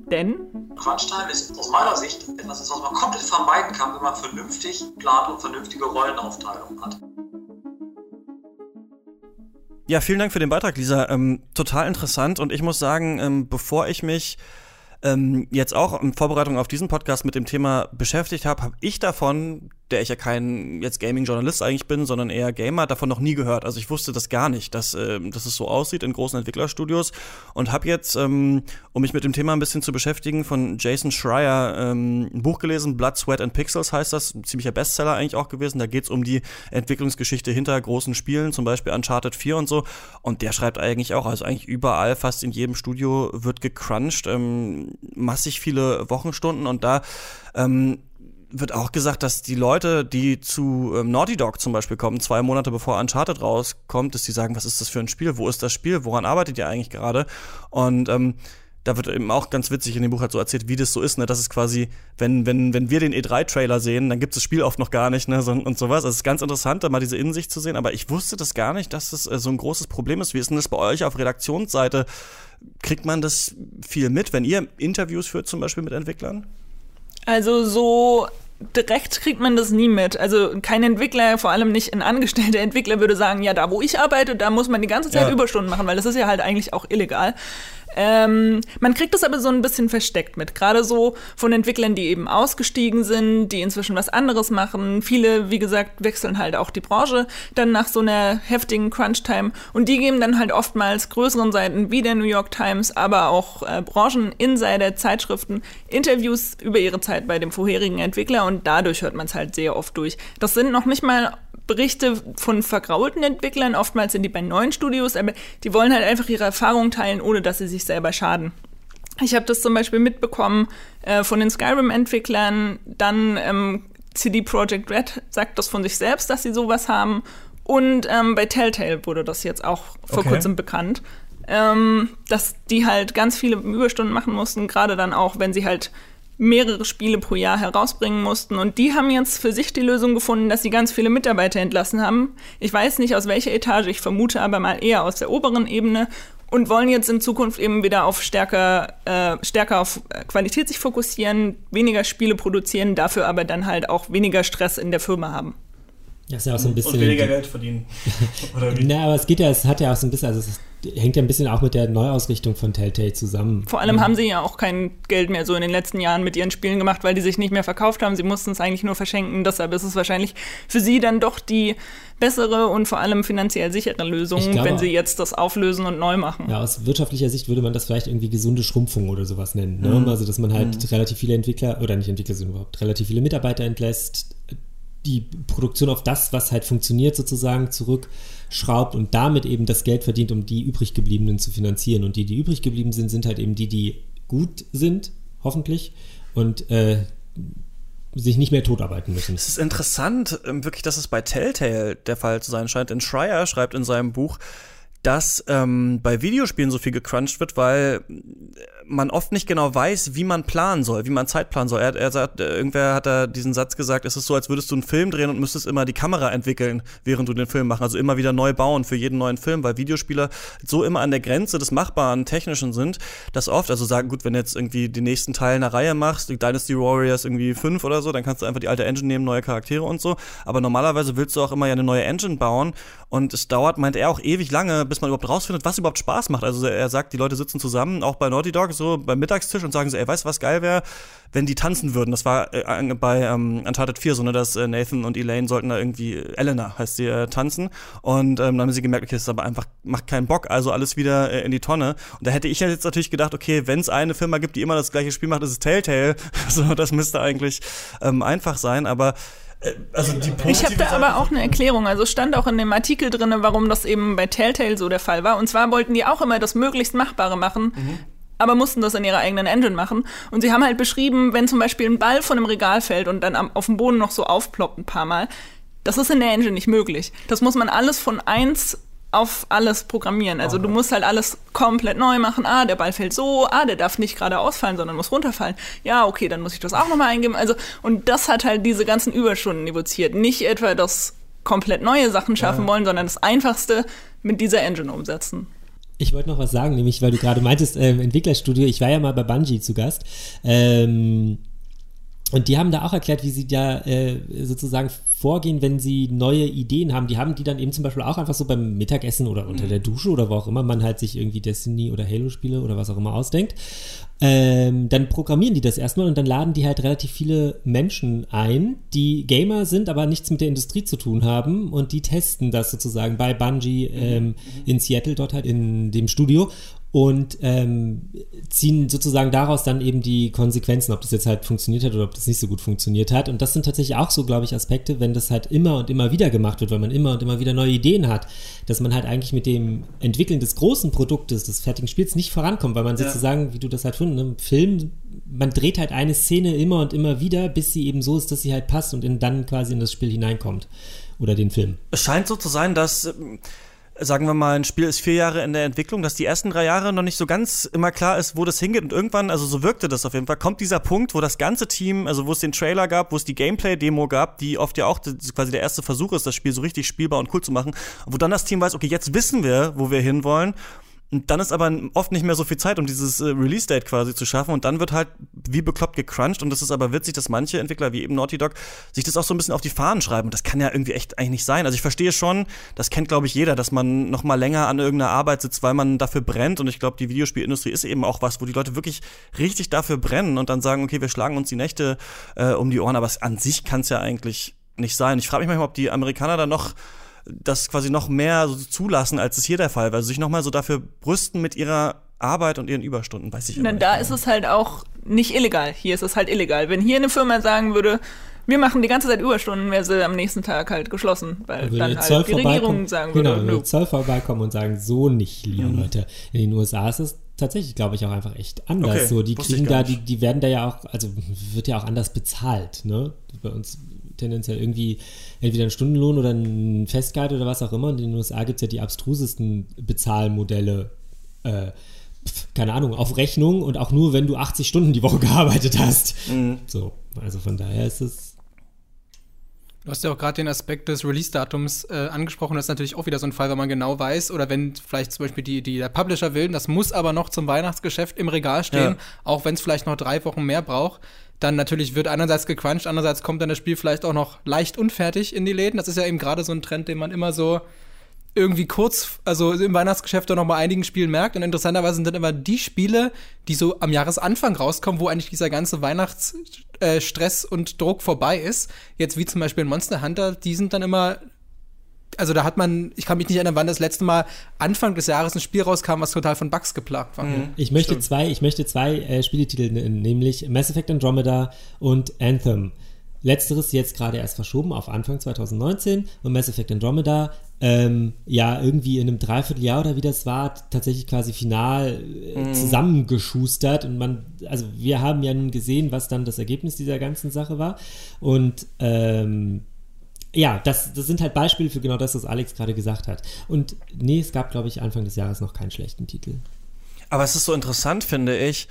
Denn? Crunchtime ist aus meiner Sicht etwas, was man komplett vermeiden kann, wenn man vernünftig plant und vernünftige Rollenaufteilung hat. Ja, vielen Dank für den Beitrag, Lisa. Ähm, total interessant. Und ich muss sagen, ähm, bevor ich mich ähm, jetzt auch in Vorbereitung auf diesen Podcast mit dem Thema beschäftigt habe, habe ich davon, der ich ja kein jetzt Gaming-Journalist eigentlich bin, sondern eher Gamer, davon noch nie gehört. Also ich wusste das gar nicht, dass, äh, dass es so aussieht in großen Entwicklerstudios und habe jetzt, ähm, um mich mit dem Thema ein bisschen zu beschäftigen, von Jason Schreier ähm, ein Buch gelesen, Blood, Sweat and Pixels heißt das, ein ziemlicher Bestseller eigentlich auch gewesen. Da geht's um die Entwicklungsgeschichte hinter großen Spielen, zum Beispiel Uncharted vier und so. Und der schreibt eigentlich auch, also eigentlich überall, fast in jedem Studio wird gecrunched, ähm, massig viele Wochenstunden und da ähm, wird auch gesagt, dass die Leute, die zu ähm, Naughty Dog zum Beispiel kommen, zwei Monate bevor Uncharted rauskommt, dass die sagen, was ist das für ein Spiel, wo ist das Spiel, woran arbeitet ihr eigentlich gerade? Und ähm, da wird eben auch ganz witzig in dem Buch halt so erzählt, wie das so ist, ne, dass es quasi, wenn wenn wenn wir den E drei Trailer sehen, dann gibt es das Spiel oft noch gar nicht, ne, so, und sowas. Also es ist ganz interessant, da mal diese Innensicht zu sehen, aber ich wusste das gar nicht, dass das äh, so ein großes Problem ist. Wie ist denn das bei euch auf Redaktionsseite? Kriegt man das viel mit, wenn ihr Interviews führt zum Beispiel mit Entwicklern? Also so direkt kriegt man das nie mit. Also kein Entwickler, vor allem nicht ein angestellter Entwickler, würde sagen, ja, da wo ich arbeite, da muss man die ganze Zeit ja. Überstunden machen, weil das ist ja halt eigentlich auch illegal. Ähm, man kriegt das aber so ein bisschen versteckt mit, gerade so von Entwicklern, die eben ausgestiegen sind, die inzwischen was anderes machen. Viele, wie gesagt, wechseln halt auch die Branche dann nach so einer heftigen Crunch-Time und die geben dann halt oftmals größeren Seiten wie der New York Times, aber auch äh, Brancheninsider, Zeitschriften, Interviews über ihre Zeit bei dem vorherigen Entwickler und dadurch hört man es halt sehr oft durch. Das sind noch nicht mal Berichte von vergraulten Entwicklern, oftmals sind die bei neuen Studios, aber die wollen halt einfach ihre Erfahrungen teilen, ohne dass sie sich selber schaden. Ich habe das zum Beispiel mitbekommen äh, von den Skyrim-Entwicklern, dann ähm, C D Projekt Red sagt das von sich selbst, dass sie sowas haben und ähm, bei Telltale wurde das jetzt auch vor okay. kurzem bekannt, ähm, dass die halt ganz viele Überstunden machen mussten, gerade dann auch, wenn sie halt mehrere Spiele pro Jahr herausbringen mussten. Und die haben jetzt für sich die Lösung gefunden, dass sie ganz viele Mitarbeiter entlassen haben. Ich weiß nicht, aus welcher Etage, ich vermute aber mal eher aus der oberen Ebene und wollen jetzt in Zukunft eben wieder auf stärker, äh, stärker auf Qualität sich fokussieren, weniger Spiele produzieren, dafür aber dann halt auch weniger Stress in der Firma haben. Ja, ist ja auch so ein bisschen und weniger Geld verdienen. Oder wie? Na, aber es geht ja, es hat ja auch so ein bisschen, also es hängt ja ein bisschen auch mit der Neuausrichtung von Telltale zusammen. Vor allem ja. haben sie ja auch kein Geld mehr so in den letzten Jahren mit ihren Spielen gemacht, weil die sich nicht mehr verkauft haben. Sie mussten es eigentlich nur verschenken. Deshalb ist es wahrscheinlich für sie dann doch die bessere und vor allem finanziell sichere Lösung, glaube, wenn sie jetzt das auflösen und neu machen. Ja, aus wirtschaftlicher Sicht würde man das vielleicht irgendwie gesunde Schrumpfung oder sowas nennen. Ne? Mhm. Also, dass man halt mhm. relativ viele Entwickler, oder nicht Entwickler, sondern überhaupt relativ viele Mitarbeiter entlässt, die Produktion auf das, was halt funktioniert, sozusagen zurückschraubt und damit eben das Geld verdient, um die übrig gebliebenen zu finanzieren. Und die, die übrig geblieben sind, sind halt eben die, die gut sind, hoffentlich, und äh, sich nicht mehr totarbeiten müssen. Es ist interessant, wirklich, dass es bei Telltale der Fall zu sein scheint. Denn Schreier schreibt in seinem Buch, dass ähm, bei Videospielen so viel gecrunched wird, weil man oft nicht genau weiß, wie man planen soll, wie man Zeit planen soll. Er, er sagt, irgendwer hat da diesen Satz gesagt, es ist so, als würdest du einen Film drehen und müsstest immer die Kamera entwickeln, während du den Film machst. Also immer wieder neu bauen für jeden neuen Film, weil Videospieler so immer an der Grenze des Machbaren Technischen sind, dass oft, also sagen, gut, wenn du jetzt irgendwie die nächsten Teile einer Reihe machst, Dynasty Warriors irgendwie fünf oder so, dann kannst du einfach die alte Engine nehmen, neue Charaktere und so. Aber normalerweise willst du auch immer ja eine neue Engine bauen und es dauert, meint er, auch ewig lange, bis man überhaupt rausfindet, was überhaupt Spaß macht. Also er sagt, die Leute sitzen zusammen, auch bei Naughty Dog, so beim Mittagstisch und sagen so, ey, weißt du, was geil wäre, wenn die tanzen würden. Das war äh, bei ähm, Uncharted vier so, ne, dass äh, Nathan und Elaine sollten da irgendwie, Elena heißt sie, äh, tanzen. Und ähm, dann haben sie gemerkt, okay, das ist aber einfach, macht keinen Bock, also alles wieder äh, in die Tonne. Und da hätte ich jetzt natürlich gedacht, okay, wenn es eine Firma gibt, die immer das gleiche Spiel macht, ist es Telltale. So, das müsste eigentlich ähm, einfach sein, aber Also die ich habe da aber auch eine Erklärung. Also stand auch in dem Artikel drin, warum das eben bei Telltale so der Fall war. Und zwar wollten die auch immer das möglichst Machbare machen, mhm. aber mussten das in ihrer eigenen Engine machen. Und sie haben halt beschrieben, wenn zum Beispiel ein Ball von einem Regal fällt und dann am, auf dem Boden noch so aufploppt ein paar Mal, das ist in der Engine nicht möglich. Das muss man alles von eins auf alles programmieren. Also okay. du musst halt alles komplett neu machen. Ah, der Ball fällt so. Ah, der darf nicht gerade ausfallen, sondern muss runterfallen. Ja, okay, dann muss ich das auch nochmal eingeben. Also, und das hat halt diese ganzen Überstunden evoziert. Nicht etwa das komplett neue Sachen schaffen ja. wollen, sondern das Einfachste mit dieser Engine umsetzen. Ich wollte noch was sagen, nämlich, weil du gerade meintest, ähm, Entwicklerstudio, ich war ja mal bei Bungie zu Gast, ähm, und die haben da auch erklärt, wie sie da äh, sozusagen vorgehen, wenn sie neue Ideen haben. Die haben die dann eben zum Beispiel auch einfach so beim Mittagessen oder unter der Dusche oder wo auch immer man halt sich irgendwie Destiny oder Halo-Spiele oder was auch immer ausdenkt. Ähm, dann programmieren die das erstmal und dann laden die halt relativ viele Menschen ein, die Gamer sind, aber nichts mit der Industrie zu tun haben, und die testen das sozusagen bei Bungie ähm, in Seattle, dort halt in dem Studio, und ähm, ziehen sozusagen daraus dann eben die Konsequenzen, ob das jetzt halt funktioniert hat oder ob das nicht so gut funktioniert hat. Und das sind tatsächlich auch so, glaube ich, Aspekte, wenn das halt immer und immer wieder gemacht wird, weil man immer und immer wieder neue Ideen hat, dass man halt eigentlich mit dem Entwickeln des großen Produktes, des fertigen Spiels nicht vorankommt, weil man sozusagen, ja. wie du das halt findest, im Film, man dreht halt eine Szene immer und immer wieder, bis sie eben so ist, dass sie halt passt und in, dann quasi in das Spiel hineinkommt. Oder den Film. Es scheint so zu sein, dass... sagen wir mal, ein Spiel ist vier Jahre in der Entwicklung, dass die ersten drei Jahre noch nicht so ganz immer klar ist, wo das hingeht, und irgendwann, also so wirkte das auf jeden Fall, kommt dieser Punkt, wo das ganze Team, also wo es den Trailer gab, wo es die Gameplay-Demo gab, die oft ja auch quasi der erste Versuch ist, das Spiel so richtig spielbar und cool zu machen, wo dann das Team weiß, okay, jetzt wissen wir, wo wir hinwollen. Und dann ist aber oft nicht mehr so viel Zeit, um dieses äh, Release-Date quasi zu schaffen, und dann wird halt wie bekloppt gecrunched, und das ist aber witzig, dass manche Entwickler, wie eben Naughty Dog, sich das auch so ein bisschen auf die Fahnen schreiben, und das kann ja irgendwie echt eigentlich nicht sein. Also ich verstehe schon, das kennt, glaube ich, jeder, dass man noch mal länger an irgendeiner Arbeit sitzt, weil man dafür brennt, und ich glaube, die Videospielindustrie ist eben auch was, wo die Leute wirklich richtig dafür brennen und dann sagen, okay, wir schlagen uns die Nächte äh, um die Ohren, aber es, an sich kann es ja eigentlich nicht sein. Ich frage mich manchmal, ob die Amerikaner da noch das quasi noch mehr so zulassen, als es hier der Fall war. Also sich noch mal so dafür brüsten mit ihrer Arbeit und ihren Überstunden, weiß ich immer nicht. Da ist es halt auch nicht illegal. Hier ist es halt illegal. Wenn hier eine Firma sagen würde, wir machen die ganze Zeit Überstunden, wäre sie am nächsten Tag halt geschlossen, weil also dann halt die Regierung sagen würde, genau, würde Zoll vorbeikommen und sagen, so nicht, liebe mhm. Leute. In den U S A ist es tatsächlich, glaube ich, auch einfach echt anders. Okay, so, die kriegen da, die, die werden da ja auch, also wird ja auch anders bezahlt, ne? Bei uns tendenziell irgendwie entweder ein Stundenlohn oder ein Festgehalt oder was auch immer. Und in den U S A gibt es ja die abstrusesten Bezahlmodelle, äh, pf, keine Ahnung, auf Rechnung, und auch nur, wenn du achtzig Stunden die Woche gearbeitet hast. Mhm. So, also von daher ist es. Du hast ja auch gerade den Aspekt des Release-Datums äh, angesprochen. Das ist natürlich auch wieder so ein Fall, wenn man genau weiß, oder wenn vielleicht zum Beispiel die, die der Publisher will, das muss aber noch zum Weihnachtsgeschäft im Regal stehen, ja. auch wenn es vielleicht noch drei Wochen mehr braucht. Dann natürlich wird einerseits gecrunched, andererseits kommt dann das Spiel vielleicht auch noch leicht unfertig in die Läden. Das ist ja eben gerade so ein Trend, den man immer so irgendwie kurz, also im Weihnachtsgeschäft auch noch bei einigen Spielen merkt. Und interessanterweise sind dann immer die Spiele, die so am Jahresanfang rauskommen, wo eigentlich dieser ganze Weihnachtsstress äh, und Druck vorbei ist. Jetzt wie zum Beispiel Monster Hunter, die sind dann immer, also da hat man, ich kann mich nicht erinnern, wann das letzte Mal Anfang des Jahres ein Spiel rauskam, was total von Bugs geplagt war. Mhm. Ich möchte Stimmt. zwei, ich möchte zwei äh, Spieletitel nennen, nämlich Mass Effect Andromeda und Anthem. Letzteres jetzt gerade erst verschoben auf Anfang zwanzig neunzehn, und Mass Effect Andromeda ähm, ja irgendwie in einem Dreivierteljahr oder wie das war, tatsächlich quasi final äh, mhm. zusammengeschustert, und man, also wir haben ja nun gesehen, was dann das Ergebnis dieser ganzen Sache war, und ähm, ja, das, das sind halt Beispiele für genau das, was Alex gerade gesagt hat. Und nee, es gab, glaube ich, Anfang des Jahres noch keinen schlechten Titel. Aber es ist so interessant, finde ich,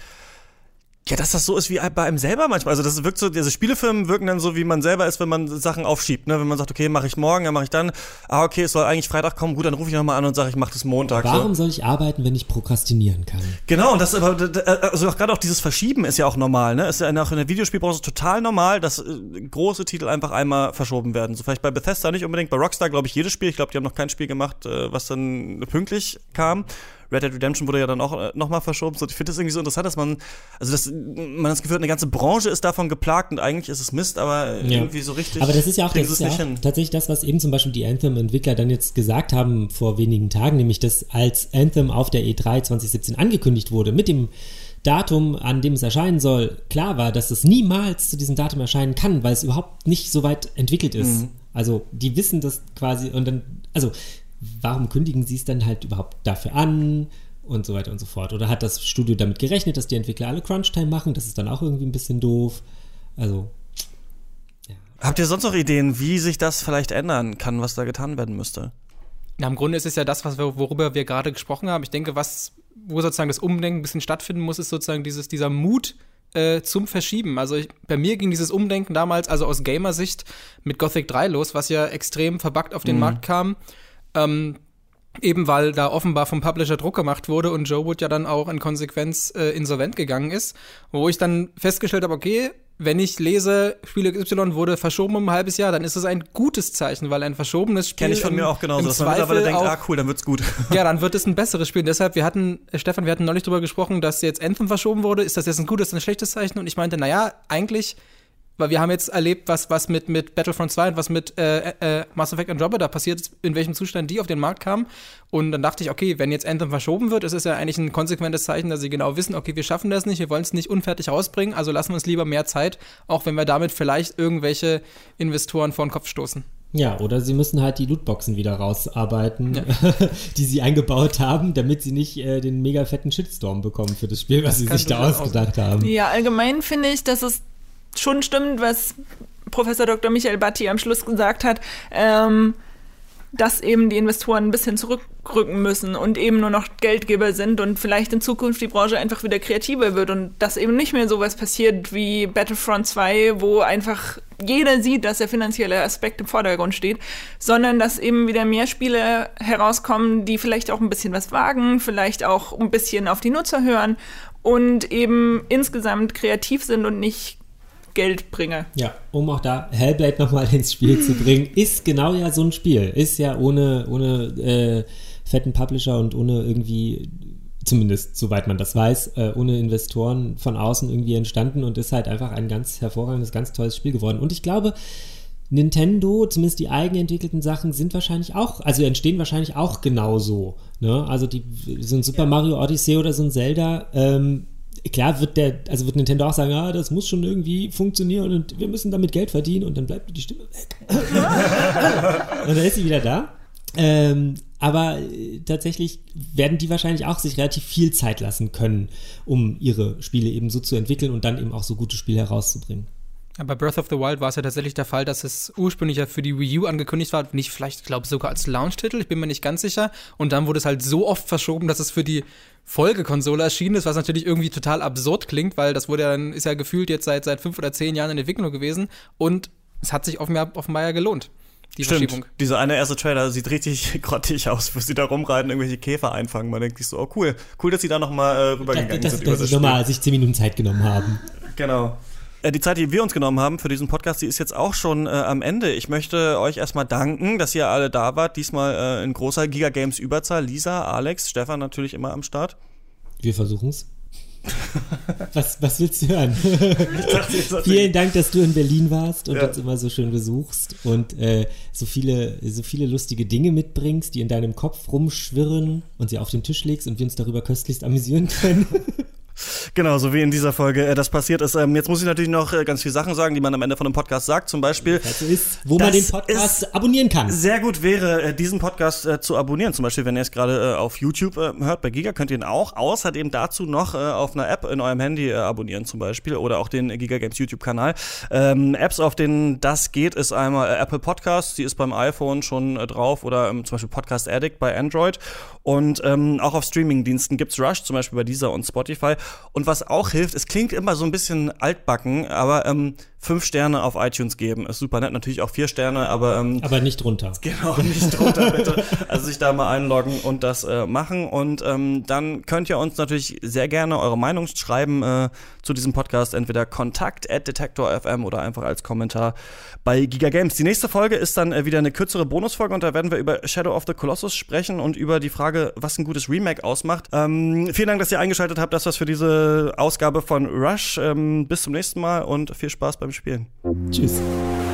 ja, dass das so ist wie bei einem selber manchmal. Also das wirkt so, diese Spielefilme wirken dann so, wie man selber ist, wenn man Sachen aufschiebt. Ne? Wenn man sagt, okay, mache ich morgen, dann mache ich dann. Ah, okay, es soll eigentlich Freitag kommen. Gut, dann rufe ich nochmal an und sage, ich mache das Montag. Warum so. soll ich arbeiten, wenn ich prokrastinieren kann? Genau, und das aber, also gerade auch dieses Verschieben ist ja auch normal. Ne? Ist ja auch in der Videospielbranche total normal, dass große Titel einfach einmal verschoben werden. So vielleicht bei Bethesda nicht unbedingt, bei Rockstar glaube ich jedes Spiel. Ich glaube, die haben noch kein Spiel gemacht, was dann pünktlich kam. Red Dead Redemption wurde ja dann auch nochmal verschoben. So, ich finde das irgendwie so interessant, dass man, also das, man das Gefühl hat, eine ganze Branche ist davon geplagt, und eigentlich ist es Mist, aber ja. irgendwie so richtig. Aber das ist ja auch, das ist ja auch tatsächlich das, was eben zum Beispiel die Anthem-Entwickler dann jetzt gesagt haben vor wenigen Tagen, nämlich dass als Anthem auf der E drei zwanzig siebzehn angekündigt wurde, mit dem Datum, an dem es erscheinen soll, klar war, dass es niemals zu diesem Datum erscheinen kann, weil es überhaupt nicht so weit entwickelt ist. Mhm. Also die wissen das quasi, und dann, also warum kündigen sie es dann halt überhaupt dafür an und so weiter und so fort? Oder hat das Studio damit gerechnet, dass die Entwickler alle Crunch-Time machen? Das ist dann auch irgendwie ein bisschen doof. Also, ja. Habt ihr sonst noch Ideen, wie sich das vielleicht ändern kann, was da getan werden müsste? Na, im Grunde ist es ja das, was wir, worüber wir gerade gesprochen haben. Ich denke, was, wo sozusagen das Umdenken ein bisschen stattfinden muss, ist sozusagen dieses, dieser Mut äh, zum Verschieben. Also ich, bei mir ging dieses Umdenken damals, also aus Gamer-Sicht, mit Gothic drei los, was ja extrem verbuggt auf den mhm. Markt kam. Ähm, Eben weil da offenbar vom Publisher Druck gemacht wurde und Joe Wood ja dann auch in Konsequenz äh, insolvent gegangen ist. Wo ich dann festgestellt habe, okay, wenn ich lese, Spiel X Y wurde verschoben um ein halbes Jahr, dann ist es ein gutes Zeichen, weil ein verschobenes Spiel. Kenn ich von mir auch genauso, dass man Zweifel mittlerweile denkt, auch, ah cool, dann wird's gut. Ja, dann wird es ein besseres Spiel. Und deshalb, wir hatten, äh, Stefan, wir hatten neulich drüber gesprochen, dass jetzt Anthem verschoben wurde. Ist das jetzt ein gutes oder ein schlechtes Zeichen? Und ich meinte, naja, eigentlich, weil wir haben jetzt erlebt, was, was mit, mit Battlefront zwei und was mit äh, äh, Mass Effect Andromeda passiert ist, in welchem Zustand die auf den Markt kamen. Und dann dachte ich, okay, wenn jetzt Anthem verschoben wird, ist es ja eigentlich ein konsequentes Zeichen, dass sie genau wissen, okay, wir schaffen das nicht, wir wollen es nicht unfertig rausbringen, also lassen wir uns lieber mehr Zeit, auch wenn wir damit vielleicht irgendwelche Investoren vor den Kopf stoßen. Ja, oder sie müssen halt die Lootboxen wieder rausarbeiten, ja. die sie eingebaut haben, damit sie nicht äh, den mega fetten Shitstorm bekommen für das Spiel, was das sie sich da ausgedacht haben. Ja, allgemein finde ich, dass es schon stimmt, was Professor Doktor Michael Batty am Schluss gesagt hat, ähm, dass eben die Investoren ein bisschen zurückrücken müssen und eben nur noch Geldgeber sind und vielleicht in Zukunft die Branche einfach wieder kreativer wird und dass eben nicht mehr sowas passiert wie Battlefront zwei, wo einfach jeder sieht, dass der finanzielle Aspekt im Vordergrund steht, sondern dass eben wieder mehr Spiele herauskommen, die vielleicht auch ein bisschen was wagen, vielleicht auch ein bisschen auf die Nutzer hören und eben insgesamt kreativ sind und nicht Geld bringe. Ja, um auch da Hellblade nochmal ins Spiel zu bringen, ist genau ja so ein Spiel. Ist ja ohne, ohne äh, fetten Publisher und ohne irgendwie, zumindest soweit man das weiß, äh, ohne Investoren von außen irgendwie entstanden und ist halt einfach ein ganz hervorragendes, ganz tolles Spiel geworden. Und ich glaube, Nintendo, zumindest die eigenentwickelten Sachen, sind wahrscheinlich auch, also entstehen wahrscheinlich auch genauso. Ne? Also die, so ein Super ja. Mario Odyssey oder so ein Zelda, ähm, klar wird der, also wird Nintendo auch sagen, ah, das muss schon irgendwie funktionieren und wir müssen damit Geld verdienen und dann bleibt die Stimme weg. Und dann ist sie wieder da. Ähm, aber äh, tatsächlich werden die wahrscheinlich auch sich relativ viel Zeit lassen können, um ihre Spiele eben so zu entwickeln und dann eben auch so gute Spiele herauszubringen. Bei Breath of the Wild war es ja tatsächlich der Fall, dass es ursprünglich ja für die Wii U angekündigt war, nicht vielleicht, ich glaube sogar als Launch-Titel, ich bin mir nicht ganz sicher. Und dann wurde es halt so oft verschoben, dass es für die Folgekonsole erschienen ist, was natürlich irgendwie total absurd klingt, weil das wurde ja dann, ist ja gefühlt jetzt seit, seit fünf oder zehn Jahren in Entwicklung gewesen und es hat sich offenbar, offenbar ja gelohnt. Die Stimmt, Verschiebung. Dieser eine erste Trailer sieht richtig grottig aus, wo sie da rumreiten, irgendwelche Käfer einfangen. Man denkt sich so, oh cool, cool, dass sie da nochmal äh, rübergegangen das, sind. Dass, dass sie nochmal sich zehn Minuten Zeit genommen haben. Genau. Die Zeit, die wir uns genommen haben für diesen Podcast, die ist jetzt auch schon äh, am Ende. Ich möchte euch erstmal danken, dass ihr alle da wart. Diesmal äh, in großer Giga Games Überzahl. Lisa, Alex, Stefan natürlich immer am Start. Wir versuchen's. was, was willst du hören? Vielen Dank, dass du in Berlin warst und ja. uns immer so schön besuchst und äh, so viele, so viele lustige Dinge mitbringst, die in deinem Kopf rumschwirren und sie auf den Tisch legst und wir uns darüber köstlichst amüsieren können. Genau, so wie in dieser Folge äh, das passiert ist. Ähm, jetzt muss ich natürlich noch äh, ganz viele Sachen sagen, die man am Ende von einem Podcast sagt. Zum Beispiel, also ist, wo man den Podcast abonnieren kann. Sehr gut wäre, äh, diesen Podcast äh, zu abonnieren. Zum Beispiel, wenn ihr es gerade äh, auf YouTube äh, hört, bei Giga könnt ihr ihn auch außerdem dazu noch äh, auf einer App in eurem Handy äh, abonnieren zum Beispiel oder auch den Giga Games YouTube-Kanal. Ähm, Apps, auf denen das geht, ist einmal äh, Apple Podcasts, die ist beim iPhone schon äh, drauf oder ähm, zum Beispiel Podcast Addict bei Android. Und ähm, auch auf Streaming-Diensten gibt's Rush, zum Beispiel bei Deezer und Spotify. Und was auch hilft, es klingt immer so ein bisschen altbacken, aber ähm, fünf Sterne auf iTunes geben ist super nett. Natürlich auch vier Sterne, aber ähm, aber nicht drunter. Genau, nicht drunter, bitte. Also sich da mal einloggen und das äh, machen. Und ähm, dann könnt ihr uns natürlich sehr gerne eure Meinung schreiben äh, zu diesem Podcast. Entweder kontakt at detektor punkt f m oder einfach als Kommentar bei Giga Games. Die nächste Folge ist dann äh, wieder eine kürzere Bonusfolge und da werden wir über Shadow of the Colossus sprechen und über die Frage, was ein gutes Remake ausmacht. Ähm, vielen Dank, dass ihr eingeschaltet habt. Das war's für diese Ausgabe von Rush. Ähm, bis zum nächsten Mal und viel Spaß beim Spielen. Tschüss.